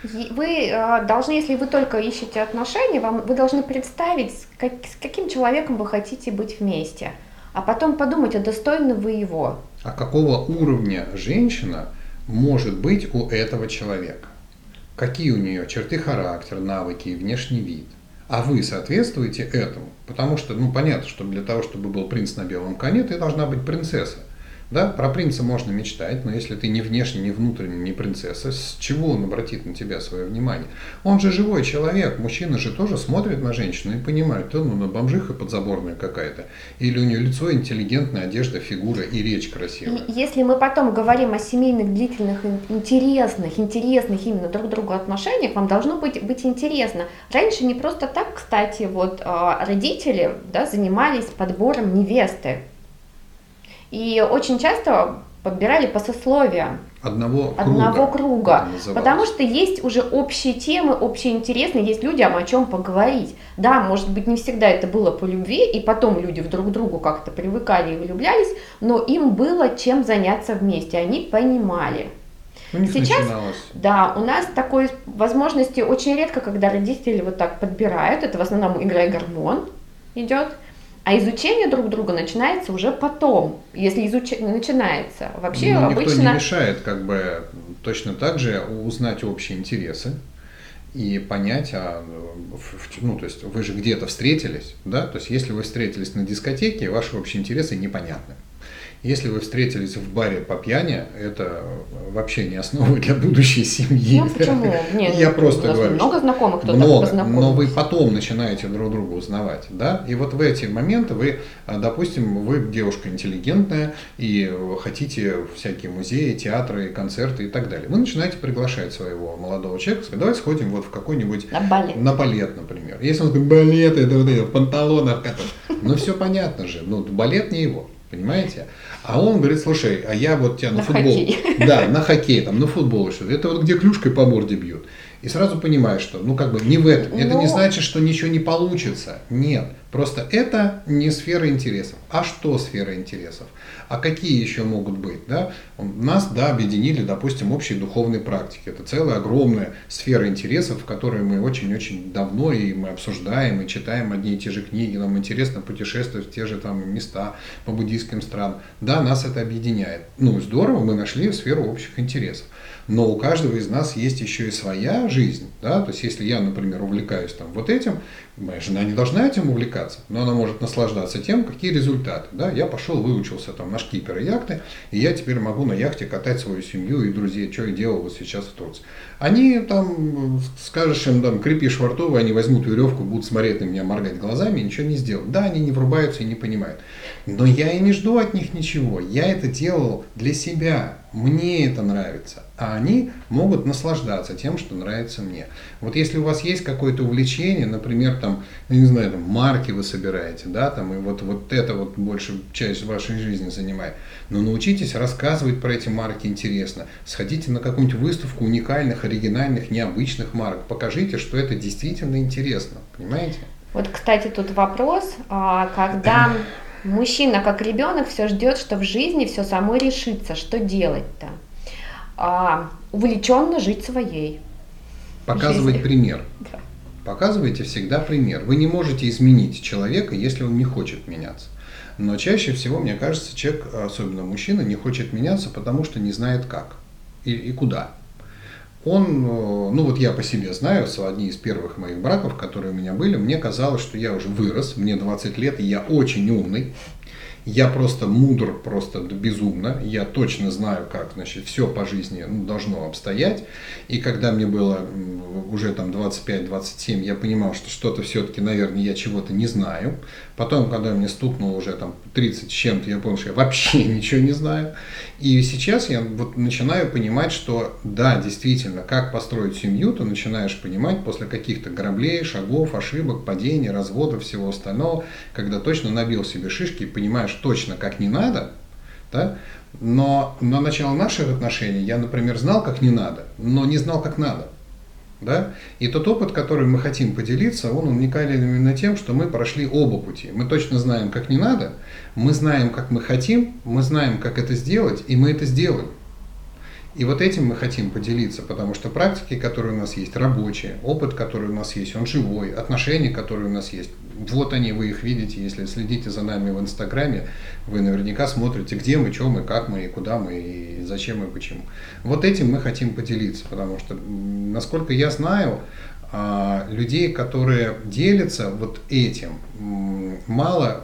Speaker 2: Вы должны, если вы только ищете отношения, вы должны представить, с каким человеком вы хотите быть вместе, а потом подумать, а достойны вы его.
Speaker 1: А какого уровня женщина может быть у этого человека? Какие у нее черты характера, навыки и внешний вид? А вы соответствуете этому? Потому что, понятно, что для того, чтобы был принц на белом коне, ты должна быть принцесса. Да, про принца можно мечтать, но если ты ни внешне, ни внутренне, ни принцесса, с чего он обратит на тебя свое внимание? Он же живой человек, мужчина же тоже смотрит на женщину и понимает, на бомжиха подзаборная какая-то, или у нее лицо интеллигентная, одежда, фигура и речь красивая.
Speaker 2: И если мы потом говорим о семейных, длительных, интересных именно друг другу отношениях, вам должно быть интересно. Раньше не просто так, кстати, вот родители, да, занимались подбором невесты. И очень часто подбирали по сословиям одного круга, потому что есть уже общие темы, общие интересы, есть людям о чем поговорить. Да, может быть, не всегда это было по любви, и потом люди друг к другу как-то привыкали и влюблялись, но им было чем заняться вместе, они понимали. Сейчас, да, у нас такой возможности очень редко, когда родители вот так подбирают, это в основном игра гормон идет. А изучение друг друга начинается уже потом, если начинается. Вообще
Speaker 1: никто
Speaker 2: обычно...
Speaker 1: не мешает точно так же узнать общие интересы и понять, то есть вы же где-то встретились, да, то есть если вы встретились на дискотеке, ваши общие интересы непонятны. Если вы встретились в баре по пьяни, это вообще не основа для будущей семьи.
Speaker 2: Ну почему?
Speaker 1: Я просто говорю,
Speaker 2: много знакомых, кто так познакомился.
Speaker 1: Но вы потом начинаете друг друга узнавать, да? И вот в эти моменты вы, допустим, вы девушка интеллигентная и хотите всякие музеи, театры, концерты и так далее. Вы начинаете приглашать своего молодого человека, сказать, давай сходим вот в какой-нибудь на балет, например. Если он говорит, балет, это вот это в панталонах, все понятно же, балет не его. Понимаете? А он говорит, слушай, а я вот тебя на футбол.
Speaker 2: Хоккей.
Speaker 1: Да, на хоккей, на футбол что-то. Это вот где клюшкой по морде бьют. И сразу понимаешь, что, не в этом. Это не значит, что ничего не получится. Нет. Просто это не сфера интересов. А что сфера интересов? А какие еще могут быть? Да? Нас, объединили, допустим, общие духовные практики. Это целая огромная сфера интересов, в которой мы очень-очень давно и мы обсуждаем, и читаем одни и те же книги. Нам интересно путешествовать в те же там места по буддийским странам. Да, нас это объединяет. Здорово, мы нашли сферу общих интересов. Но у каждого из нас есть еще и своя жизнь. Да? То есть, если я, например, увлекаюсь вот этим, моя жена не должна этим увлекаться, но она может наслаждаться тем, какие результаты. Да? Я пошел, выучился на шкипера яхты, и я теперь могу на яхте катать свою семью и друзей, что я делал вот сейчас в Турции. Они скажешь им, крепи швартовы, они возьмут веревку, будут смотреть на меня, моргать глазами и ничего не сделают. Да, они не врубаются и не понимают. Но я и не жду от них ничего. Я это делал для себя. Мне это нравится. А они могут наслаждаться тем, что нравится мне. Вот если у вас есть какое-то увлечение, например, марки вы собираете, да, и вот это большую часть вашей жизни занимает, но научитесь рассказывать про эти марки интересно. Сходите на какую-нибудь выставку уникальных, оригинальных, необычных марок. Покажите, что это действительно интересно. Понимаете?
Speaker 2: Вот, кстати, тут вопрос, когда мужчина, как ребенок, все ждет, что в жизни все само решится, что делать-то? Увлеченно жить своей.
Speaker 1: Показывать пример. Да. Показывайте всегда пример. Вы не можете изменить человека, если он не хочет меняться. Но чаще всего, мне кажется, человек, особенно мужчина, не хочет меняться, потому что не знает как и куда. Я по себе знаю, одни из первых моих браков, которые у меня были, мне казалось, что я уже вырос, мне 20 лет, и я очень умный. Я просто мудр, просто безумно. Я точно знаю, как, все по жизни должно обстоять. И когда мне было уже 25-27, я понимал, что что-то все-таки, наверное, я чего-то не знаю. Потом, когда мне стукнуло уже 30 с чем-то, я понял, что я вообще ничего не знаю. И сейчас я начинаю понимать, что да, действительно, как построить семью, ты начинаешь понимать после каких-то граблей, шагов, ошибок, падений, разводов, всего остального, когда точно набил себе шишки и понимаешь точно, как не надо, да? Но на начало наших отношений я, например, знал, как не надо, но не знал, как надо. Да? И тот опыт, который мы хотим поделиться, он уникален именно тем, что мы прошли оба пути. Мы точно знаем, как не надо, мы знаем, как мы хотим, мы знаем, как это сделать, и мы это сделаем. И вот этим мы хотим поделиться, потому что практики, которые у нас есть, рабочие, опыт, который у нас есть, он живой, отношения, которые у нас есть, вот они, вы их видите, если следите за нами в Инстаграме, вы наверняка смотрите, где мы, что мы, как мы, и куда мы, и зачем и почему. Вот этим мы хотим поделиться, потому что, насколько я знаю, людей, которые делятся вот этим, мало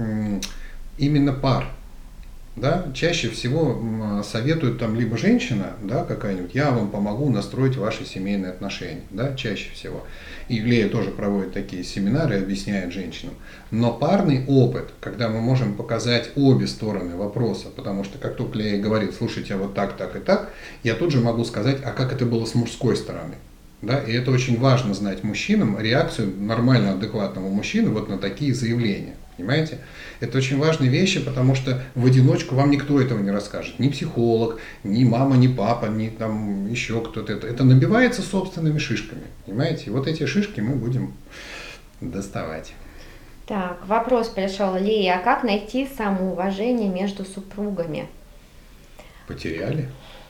Speaker 1: именно пар. Да, чаще всего советуют либо женщина, да, какая-нибудь, я вам помогу настроить ваши семейные отношения, да, чаще всего. И Лея тоже проводит такие семинары, объясняет женщинам. Но парный опыт, когда мы можем показать обе стороны вопроса, потому что как только Лея говорит, слушайте, вот так, так и так, я тут же могу сказать, а как это было с мужской стороны. Да, и это очень важно знать мужчинам, реакцию нормально адекватного мужчины вот на такие заявления. Понимаете? Это очень важные вещи, потому что в одиночку вам никто этого не расскажет. Ни психолог, ни мама, ни папа, ни еще кто-то. Это набивается собственными шишками. Понимаете? И вот эти шишки мы будем доставать.
Speaker 2: Так, вопрос пришел. Лея, а как найти самоуважение между супругами?
Speaker 1: Потеряли?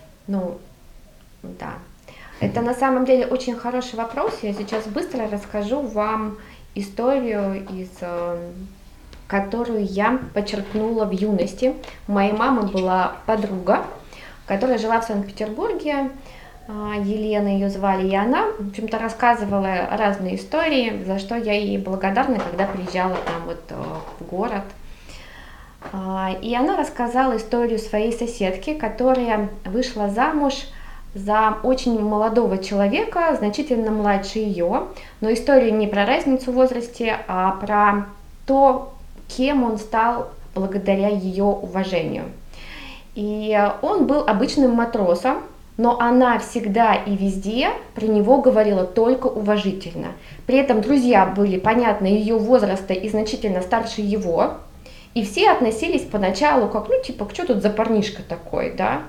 Speaker 2: Да. Это на самом деле очень хороший вопрос. Я сейчас быстро расскажу вам историю, которую я подчеркнула в юности. У моей мамы была подруга, которая жила в Санкт-Петербурге. Елена ее звали, и она, в общем-то, рассказывала разные истории, за что я ей благодарна, когда приезжала в город. И она рассказала историю своей соседки, которая вышла замуж за очень молодого человека, значительно младше ее, но история не про разницу в возрасте, а про то, кем он стал благодаря ее уважению. И он был обычным матросом, но она всегда и везде про него говорила только уважительно. При этом друзья были, понятно, ее возраста и значительно старше его, и все относились поначалу как, что тут за парнишка такой, да?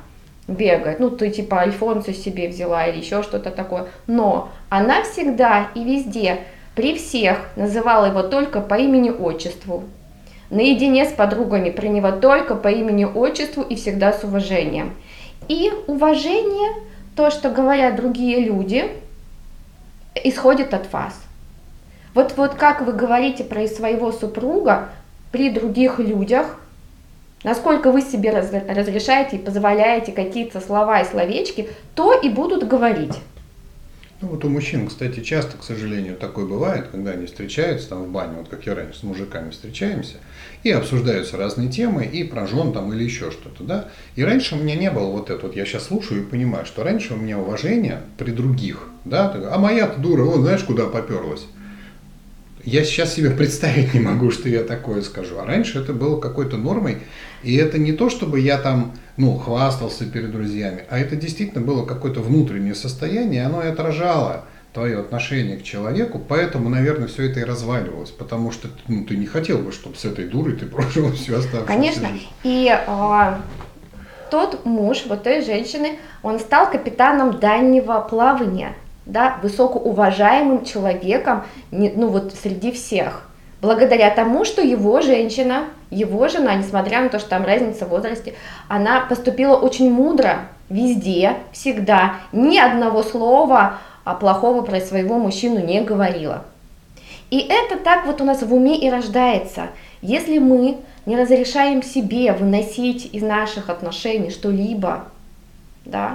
Speaker 2: бегает, ну ты типа Альфонсо себе взяла или еще что-то такое, но она всегда и везде, при всех называла его только по имени-отчеству. Наедине с подругами при него только по имени-отчеству и всегда с уважением. И уважение, то, что говорят другие люди, исходит от вас. Вот как вы говорите про своего супруга при других людях, насколько вы себе разрешаете и позволяете какие-то слова и словечки, то и будут говорить.
Speaker 1: Ну вот у мужчин, кстати, часто, к сожалению, такое бывает, когда они встречаются там в бане, вот как я раньше с мужиками встречаемся, и обсуждаются разные темы, и про жен там или еще что-то, да. И раньше у меня не было вот это, вот я сейчас слушаю и понимаю, что раньше у меня уважение при других, да, а моя-то дура, вот знаешь, куда поперлась. Я сейчас себе представить не могу, что я такое скажу. А раньше это было какой-то нормой. И это не то, чтобы я там, хвастался перед друзьями, а это действительно было какое-то внутреннее состояние, оно и отражало твое отношение к человеку, поэтому, наверное, все это и разваливалось, потому что ты не хотел бы, чтобы с этой дурой ты прожил всю оставшуюся
Speaker 2: Конечно.
Speaker 1: жизнь.
Speaker 2: И тот муж вот той женщины, он стал капитаном дальнего плавания, да, высокоуважаемым человеком, среди всех. Благодаря тому, что его жена, несмотря на то, что там разница в возрасте, она поступила очень мудро, везде, всегда, ни одного слова плохого про своего мужчину не говорила. И это так вот у нас в уме и рождается. Если мы не разрешаем себе выносить из наших отношений что-либо, да,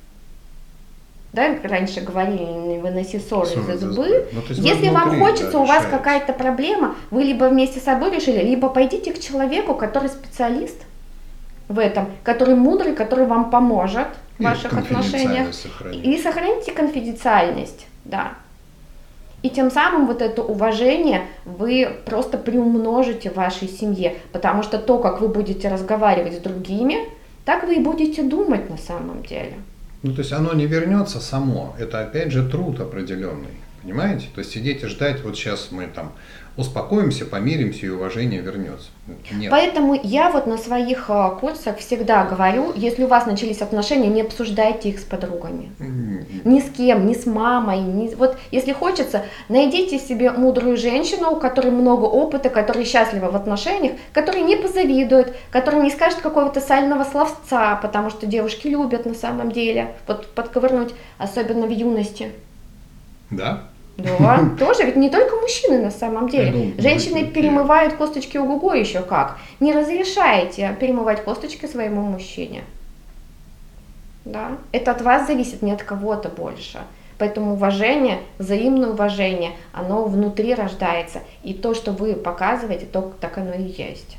Speaker 2: раньше говорили, не выноси ссоры за зубы. Если вам хочется, у вас какая-то проблема, вы либо вместе с собой решили, либо пойдите к человеку, который специалист в этом, который мудрый, который вам поможет в ваших отношениях. И сохраните конфиденциальность, да. И тем самым вот это уважение вы просто приумножите в вашей семье, потому что то, как вы будете разговаривать с другими, так вы и будете думать на самом деле.
Speaker 1: То есть оно не вернется само, это опять же труд определенный, понимаете? То есть сидеть и ждать, вот сейчас мы там успокоимся, помиримся и уважение вернется. Нет.
Speaker 2: Поэтому я вот на своих курсах всегда говорю, если у вас начались отношения, не обсуждайте их с подругами. Ни с кем, ни с мамой. Вот если хочется, найдите себе мудрую женщину, у которой много опыта, которая счастлива в отношениях, которая не позавидует, которая не скажет какого-то сального словца, потому что девушки любят на самом деле вот подковырнуть, особенно в юности.
Speaker 1: Да?
Speaker 2: Да, тоже, ведь не только мужчины на самом деле. Женщины перемывают косточки ого-го еще как. Не разрешайте перемывать косточки своему мужчине. Да, это от вас зависит, не от кого-то больше. Поэтому уважение, взаимное уважение, оно внутри рождается. И то, что вы показываете, то так оно и есть.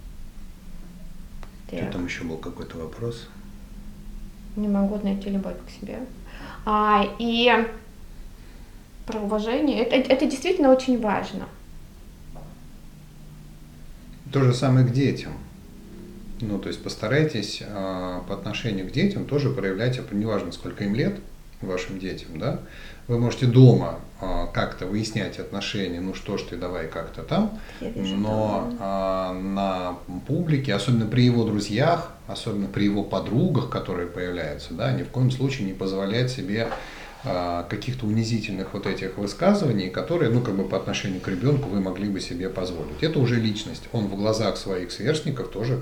Speaker 1: Что там еще был какой-то вопрос?
Speaker 2: Не могу найти любовь к себе. И про уважение, это действительно очень важно.
Speaker 1: То же самое к детям. То есть постарайтесь по отношению к детям тоже проявлять, неважно сколько им лет, вашим детям, да, вы можете дома как-то выяснять отношения, что ж ты, давай как-то там, но на публике, особенно при его друзьях, особенно при его подругах, которые появляются, да, ни в коем случае не позволять себе каких-то унизительных вот этих высказываний, которые, по отношению к ребенку вы могли бы себе позволить. Это уже личность. Он в глазах своих сверстников тоже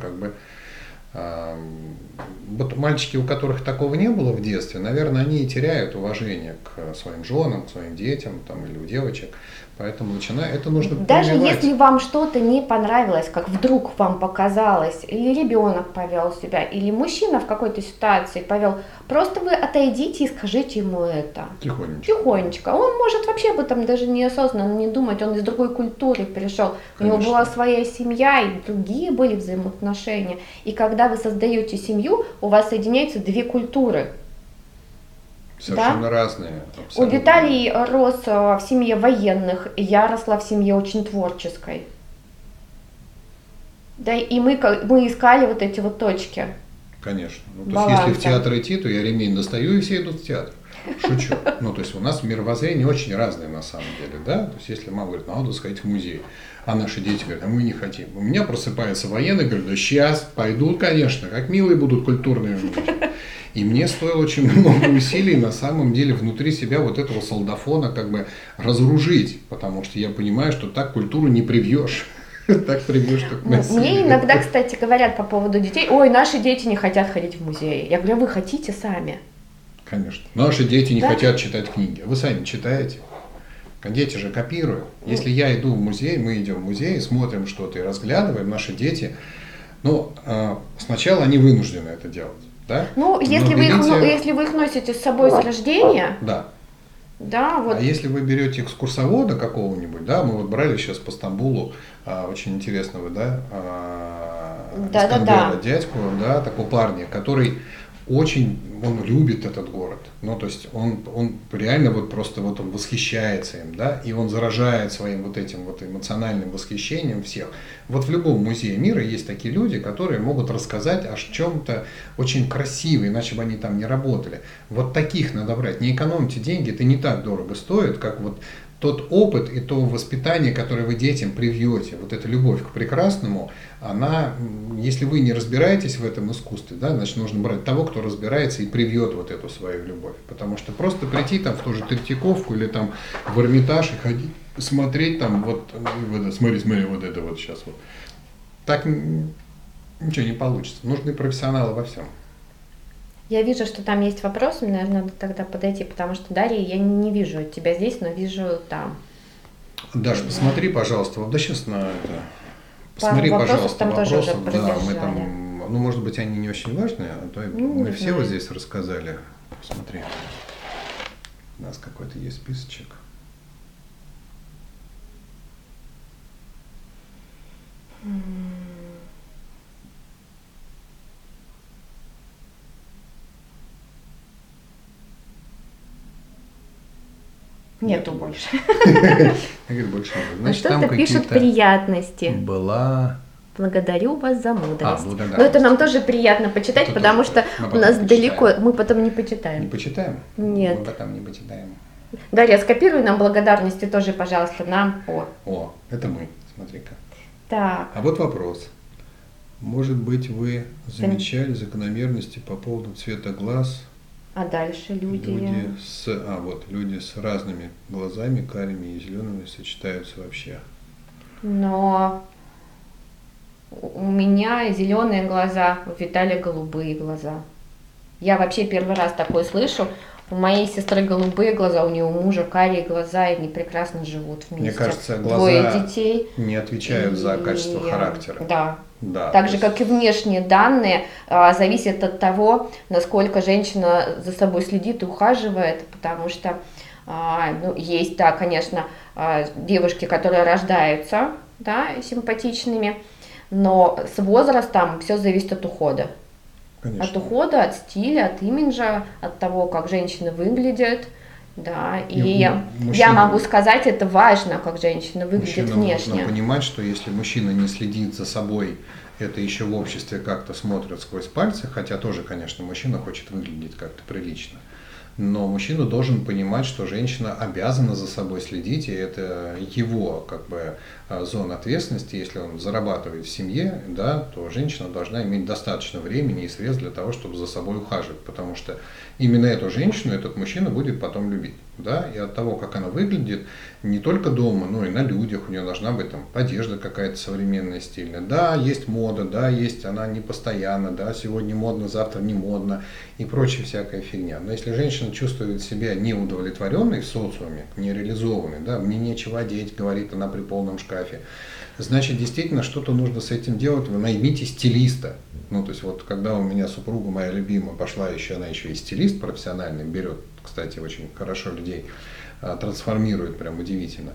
Speaker 1: вот мальчики, у которых такого не было в детстве, наверное, они и теряют уважение к своим женам, к своим детям или у девочек. Поэтому это нужно
Speaker 2: даже
Speaker 1: прививать.
Speaker 2: Если вам что-то не понравилось, как вдруг вам показалось, или ребенок повел себя, или мужчина в какой-то ситуации повел, просто вы отойдите и скажите ему это. Тихонечко. Он может вообще об этом даже неосознанно не думать, он из другой культуры пришел. Конечно. У него была своя семья, и другие были взаимоотношения. И когда вы создаете семью, у вас соединяются две культуры.
Speaker 1: Совершенно разные.
Speaker 2: У Виталий рос в семье военных, я росла в семье очень творческой. Да, и мы искали вот эти вот точки.
Speaker 1: Конечно. То есть, если в театр идти, то я ремень достаю, и все идут в театр. Шучу. То есть, у нас мировоззрение очень разное на самом деле, да. То есть, если мама говорит, надо сходить в музей, а наши дети говорят, а мы не хотим. У меня просыпается военный, говорит, да сейчас пойдут, конечно, как милые будут культурные. И мне стоило очень много усилий на самом деле внутри себя вот этого солдафона как бы разоружить, потому что я понимаю, что так культуру не привьешь. Так привьешь, как насилие.
Speaker 2: Мне иногда, кстати, говорят по поводу детей: ой, наши дети не хотят ходить в музей. Я говорю: вы хотите сами?
Speaker 1: Конечно. Наши дети не хотят читать книги. Вы сами читаете. Дети же копируют. Если я иду в музей, мы идем в музей, смотрим что-то и разглядываем, наши дети, сначала они вынуждены это делать. Да?
Speaker 2: Если вы их носите с собой с рождения,
Speaker 1: да.
Speaker 2: Да, вот.
Speaker 1: А если вы берете экскурсовода какого-нибудь, да, мы вот брали сейчас по Стамбулу очень интересного, Искандера, дядьку, да, такого парня, который он любит этот город, то есть он реально вот просто вот он восхищается им, да, и он заражает своим вот этим вот эмоциональным восхищением всех. Вот в любом музее мира есть такие люди, которые могут рассказать о чем-то очень красивом, иначе бы они там не работали. Вот таких надо брать, не экономьте деньги, это не так дорого стоит, как вот тот опыт и то воспитание, которое вы детям привьете, вот эта любовь к прекрасному, она, если вы не разбираетесь в этом искусстве, да, значит, нужно брать того, кто разбирается и привьет вот эту свою любовь. Потому что просто прийти там в ту же Третьяковку или там в Эрмитаж и ходить, смотреть там, смотри, вот это вот сейчас вот. Так ничего не получится. Нужны профессионалы во всем.
Speaker 2: Я вижу, что там есть вопросы, мне, наверное, надо тогда подойти, потому что, Дарья, я не вижу тебя здесь, но вижу там.
Speaker 1: Даша, посмотри, пожалуйста, вот сейчас на это. Посмотри, пожалуйста,
Speaker 2: там
Speaker 1: вопросов,
Speaker 2: тоже уже
Speaker 1: да, мы там, может быть, они не очень важные, а то мы все вот здесь рассказали. Посмотри, у нас какой-то есть списочек.
Speaker 2: Нету больше.
Speaker 1: Я говорю, больше нет.
Speaker 2: Значит, что-то пишут приятности. Благодарю вас за мудрость. Но это нам тоже приятно почитать, это потому что у нас далеко, мы потом не почитаем.
Speaker 1: Не почитаем?
Speaker 2: Нет.
Speaker 1: Мы потом не почитаем.
Speaker 2: Дарья, скопируй нам благодарности тоже, пожалуйста, нам.
Speaker 1: О, это мы, смотри-ка.
Speaker 2: Так.
Speaker 1: А вот вопрос. Может быть, вы замечали закономерности по поводу цвета глаз?
Speaker 2: А дальше люди
Speaker 1: с разными глазами, карими и зелеными, сочетаются вообще.
Speaker 2: Но у меня зеленые глаза, у Виталия голубые глаза. Я вообще первый раз такое слышу. У моей сестры голубые глаза, у нее мужа карие глаза, и они прекрасно живут вместе.
Speaker 1: Мне кажется, глаза
Speaker 2: двое детей
Speaker 1: не отвечают за качество характера.
Speaker 2: Да. Так же, как и внешние данные, зависят от того, насколько женщина за собой следит и ухаживает, потому что есть, да, конечно, девушки, которые рождаются, да, симпатичными, но с возрастом все зависит от ухода. Конечно. От ухода, от стиля, от имиджа, от того, как женщина выглядит. Да, и я могу сказать, это важно, как женщина выглядит внешне.
Speaker 1: Нужно понимать, что если мужчина не следит за собой, это еще в обществе как-то смотрят сквозь пальцы, хотя тоже, конечно, мужчина хочет выглядеть как-то прилично. Но мужчина должен понимать, что женщина обязана за собой следить, и это его как бы зона ответственности. Если он зарабатывает в семье, да, то женщина должна иметь достаточно времени и средств для того, чтобы за собой ухаживать, потому что именно эту женщину этот мужчина будет потом любить. Да? И от того, как она выглядит, не только дома, но и на людях, у нее должна быть там одежда какая-то современная, стильная. Да, есть мода, да, есть она не постоянно, да, сегодня модно, завтра не модно и прочая всякая фигня. Но если женщина чувствует себя неудовлетворенной в социуме, нереализованной, да, мне нечего одеть, говорит она при полном шкафе, значит, действительно что-то нужно с этим делать, вы наймите стилиста. То есть вот когда у меня супруга моя любимая пошла она еще и стилист профессиональный, берет, кстати, очень хорошо людей, трансформирует прям удивительно,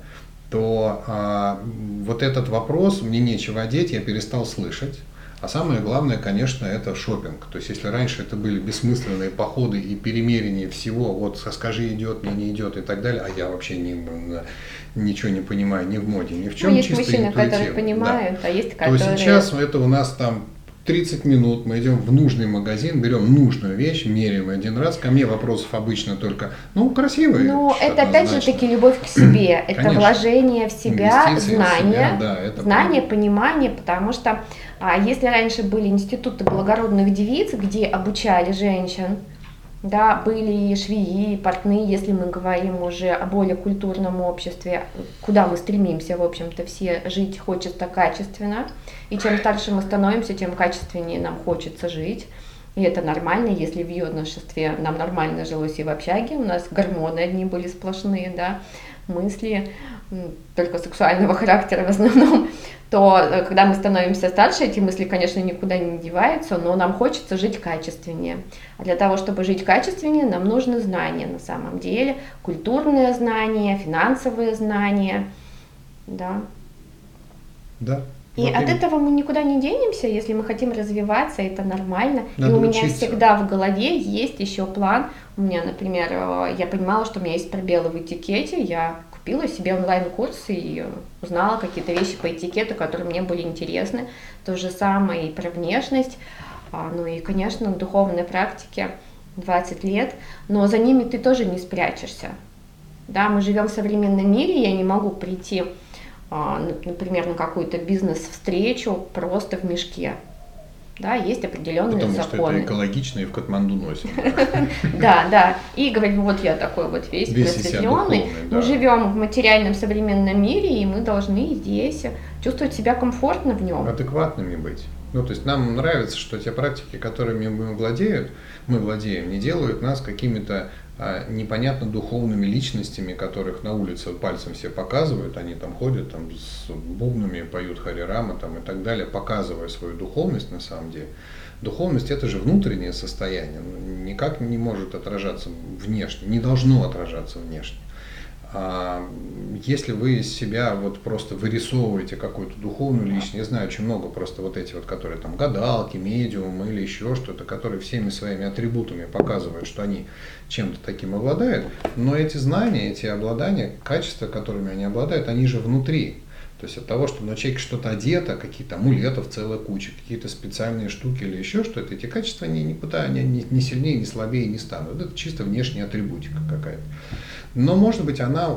Speaker 1: то вот этот вопрос «мне нечего одеть» я перестал слышать. А самое главное, конечно, это шопинг. То есть, если раньше это были бессмысленные походы и перемерение всего, вот скажи, идет, мне не идет и так далее, а я вообще ничего не понимаю ни в моде, ни в чем.
Speaker 2: Есть мужчины, которые понимают, да. А есть которые...
Speaker 1: То сейчас это у нас там 30 минут мы идем в нужный магазин, берем нужную вещь, меряем один раз. Ко мне вопросов обычно только, красивые.
Speaker 2: Ну, это опять же таки любовь к себе, это вложение в себя, знание, понимание, потому что если раньше были институты благородных девиц, где обучали женщин, да, были швеи, портные, если мы говорим уже о более культурном обществе, куда мы стремимся, в общем-то, все жить хочется качественно, и чем старше мы становимся, тем качественнее нам хочется жить, и это нормально, если в юношестве нам нормально жилось и в общаге, у нас гормоны одни были сплошные, да, мысли, только сексуального характера в основном, то когда мы становимся старше, эти мысли, конечно, никуда не деваются, но нам хочется жить качественнее. А для того, чтобы жить качественнее, нам нужны знания на самом деле, культурные знания, финансовые знания, да.
Speaker 1: Да.
Speaker 2: И вот от этого мы никуда не денемся, если мы хотим развиваться, это нормально.
Speaker 1: Надо
Speaker 2: и у меня
Speaker 1: учиться.
Speaker 2: всегда в голове есть еще план. У меня, например, я понимала, что у меня есть пробелы в этикете, я купила себе онлайн-курс и узнала какие-то вещи по этикету, которые мне были интересны. То же самое и про внешность, ну и, конечно, духовные практики 20 лет, но за ними ты тоже не спрячешься. Да, мы живем в современном мире, я не могу прийти, например, на какую-то бизнес-встречу просто в мешке. Да, есть определенные законы.
Speaker 1: Потому что это экологично и в Катманду носим.
Speaker 2: Да. И говорим, вот я такой вот весь просветленный. Мы живем в материальном современном мире, и мы должны здесь чувствовать себя комфортно в нем.
Speaker 1: Адекватными быть. То есть нам нравится, что те практики, которыми мы владеем, не делают нас какими-то непонятно духовными личностями, которых на улице пальцем все показывают, они там ходят там, с бубнами, поют Хари-Рама там, и так далее, показывая свою духовность на самом деле. Духовность – это же внутреннее состояние, никак не может отражаться внешне, не должно отражаться внешне. Если вы из себя вот просто вырисовываете какую-то духовную личность, я знаю очень много просто вот эти вот, которые там гадалки, медиумы или еще что-то, которые всеми своими атрибутами показывают, что они чем-то таким обладают, но эти знания, эти обладания, качества, которыми они обладают, они же внутри. То есть от того, что на человеке что-то одето, какие-то амулетов целая куча, какие-то специальные штуки или еще что-то, эти качества никуда не сильнее, не слабее не станут. Это чисто внешняя атрибутика какая-то. Но, может быть, она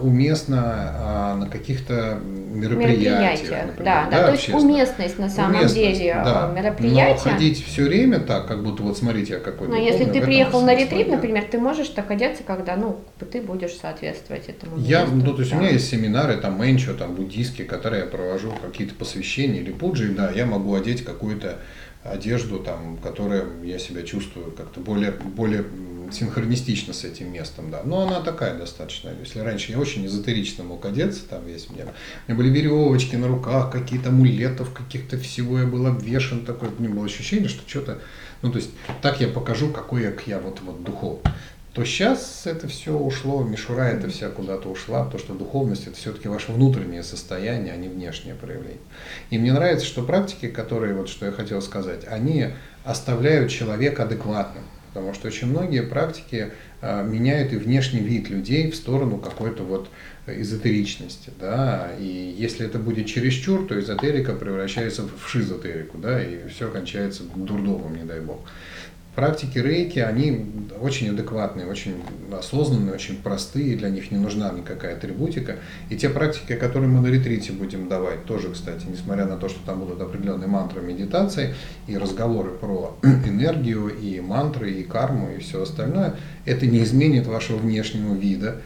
Speaker 1: уместна на каких-то мероприятиях. Например,
Speaker 2: да, то есть уместность на самом деле мероприятия.
Speaker 1: Но ходить все время так, как будто вот смотрите, я какой
Speaker 2: духовный. Но если ты приехал на ретрит, например, ты можешь так одеться, когда ты будешь соответствовать этому месту.
Speaker 1: То есть у меня есть семинары, там, мэнчо, там, буддийские, которые я провожу, какие-то посвящения или пуджи, да, я могу одеть какую-то одежду, там, которая я себя чувствую как-то более синхронистично с этим местом, да. Но она такая достаточно. Если раньше я очень эзотерично мог одеться, там весь у меня были веревочки на руках, какие-то амулетов, каких-то всего, я был обвешан, такое, у меня было ощущение, что что-то, то есть так я покажу, какой я вот духовный. То сейчас это все ушло, мишура это вся куда-то ушла, потому что духовность это все-таки ваше внутреннее состояние, а не внешнее проявление. И мне нравится, что практики, которые, вот что я хотел сказать, они оставляют человека адекватным. Потому что очень многие практики меняют и внешний вид людей в сторону какой-то вот эзотеричности. Да? И если это будет чересчур, то эзотерика превращается в шизотерику, да? И все кончается дурдомом, не дай бог. Практики рейки, они очень адекватные, очень осознанные, очень простые, для них не нужна никакая атрибутика. И те практики, которые мы на ретрите будем давать, тоже, кстати, несмотря на то, что там будут определенные мантры медитации и разговоры про энергию, и мантры, и карму, и все остальное, это не изменит вашего внешнего вида.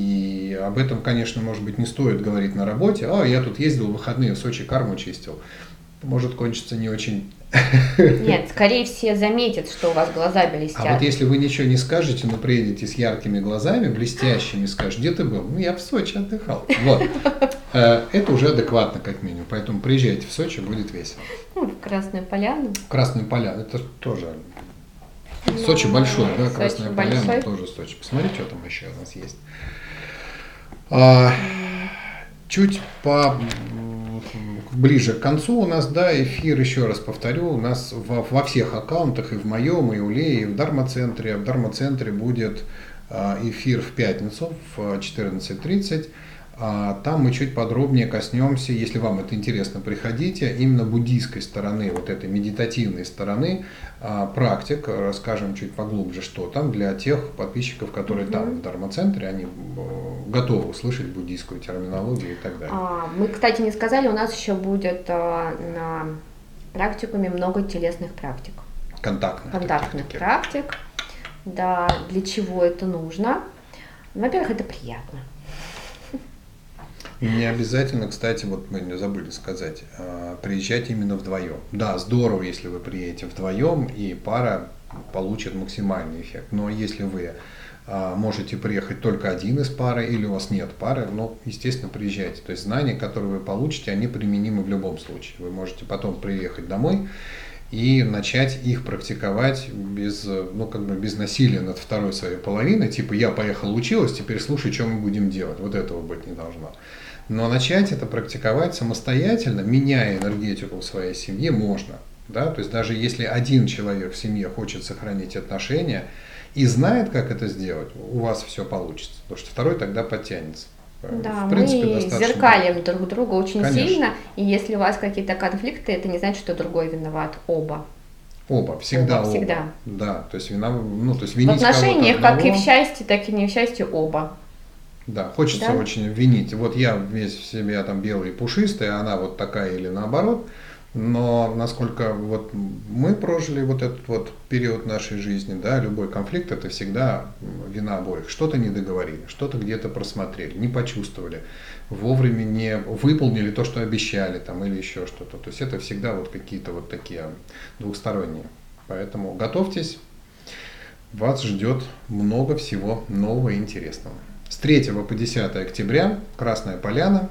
Speaker 1: И об этом, конечно, может быть, не стоит говорить на работе. Я тут ездил в выходные в Сочи, карму чистил. Может кончиться не очень.
Speaker 2: Нет, скорее все заметят, что у вас глаза блестят.
Speaker 1: А вот если вы ничего не скажете, но приедете с яркими глазами, блестящими, скажете, где ты был? Я в Сочи отдыхал. Вот. Это уже адекватно, как минимум. Поэтому приезжайте в Сочи, будет весело.
Speaker 2: В Красную Поляну.
Speaker 1: Красную Поляну, это тоже. Сочи большой, да, Красная Поляна тоже Сочи. Посмотри, что там еще у нас есть. Чуть ближе к концу у нас, да, эфир, еще раз повторю, у нас во всех аккаунтах, и в моем, и у Леи, и в Дharma-центре. В Дharma-центре будет эфир в пятницу в 14:30. Там мы чуть подробнее коснемся, если вам это интересно, приходите, именно буддийской стороны, вот этой медитативной стороны практик, расскажем чуть поглубже, что там для тех подписчиков, которые там в Дharma-центре, они готовы услышать буддийскую терминологию и так далее.
Speaker 2: Мы, кстати, не сказали, у нас еще будет на практикуме много телесных практик. Контактных практик. Да, для чего это нужно? Во-первых, это приятно.
Speaker 1: Не обязательно, кстати, вот мы не забыли сказать, приезжать именно вдвоем. Да, здорово, если вы приедете вдвоем, и пара получит максимальный эффект. Но если вы можете приехать только один из пары, или у вас нет пары, ну, естественно, приезжайте. То есть знания, которые вы получите, они применимы в любом случае. Вы можете потом приехать домой и начать их практиковать без насилия над второй своей половиной, типа я поехал училась, теперь слушай, что мы будем делать. Вот этого быть не должно. Но начать это практиковать самостоятельно, меняя энергетику в своей семье, можно. Да? То есть даже если один человек в семье хочет сохранить отношения и знает, как это сделать, у вас все получится, потому что второй тогда подтянется.
Speaker 2: Да, в принципе, мы зеркалим друг друга очень сильно, и если у вас какие-то конфликты, это не значит, что другой виноват, оба.
Speaker 1: Оба, всегда. Да, то есть винить в
Speaker 2: отношениях, как и в счастье, так и не в счастье, оба.
Speaker 1: Да, хочется очень винить. Вот я весь в себе там белый и пушистый, а она вот такая или наоборот. Но насколько вот мы прожили вот этот вот период нашей жизни, да, любой конфликт это всегда вина обоих. Что-то не договорили, что-то где-то просмотрели, не почувствовали, вовремя не выполнили то, что обещали там или еще что-то. То есть это всегда вот какие-то вот такие двухсторонние. Поэтому готовьтесь, вас ждет много всего нового и интересного. С 3 по 10 октября Красная Поляна.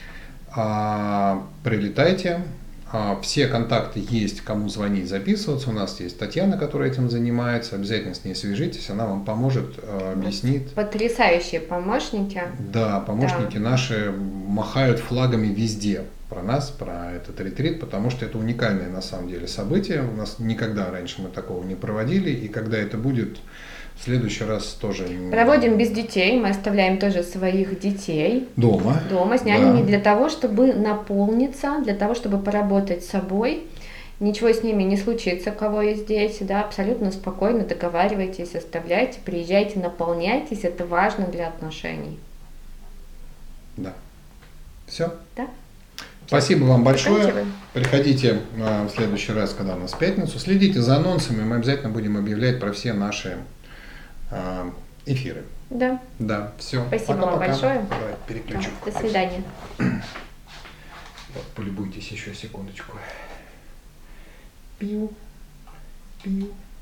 Speaker 1: Прилетайте. Все контакты есть, кому звонить, записываться. У нас есть Татьяна, которая этим занимается. Обязательно с ней свяжитесь, она вам поможет, объяснит.
Speaker 2: Потрясающие помощники.
Speaker 1: Да, помощники наши махают флагами везде про нас, про этот ретрит, потому что это уникальное на самом деле событие. У нас никогда раньше мы такого не проводили, и когда это будет, в следующий раз тоже.
Speaker 2: Проводим без детей, мы оставляем тоже своих детей
Speaker 1: дома
Speaker 2: с нянями для того, чтобы наполниться, для того, чтобы поработать с собой. Ничего с ними не случится, у кого есть дети, да, абсолютно спокойно договаривайтесь, оставляйте, приезжайте, наполняйтесь, это важно для отношений.
Speaker 1: Да. Все?
Speaker 2: Да.
Speaker 1: Спасибо вам большое. Приходите в следующий раз, когда у нас в пятницу. Следите за анонсами, мы обязательно будем объявлять про все наши эфиры.
Speaker 2: Да.
Speaker 1: Да, все.
Speaker 2: Спасибо вам большое.
Speaker 1: Давай, переключу.
Speaker 2: До свидания.
Speaker 1: Вот, полюбуйтесь еще секундочку. Пиу, пиу.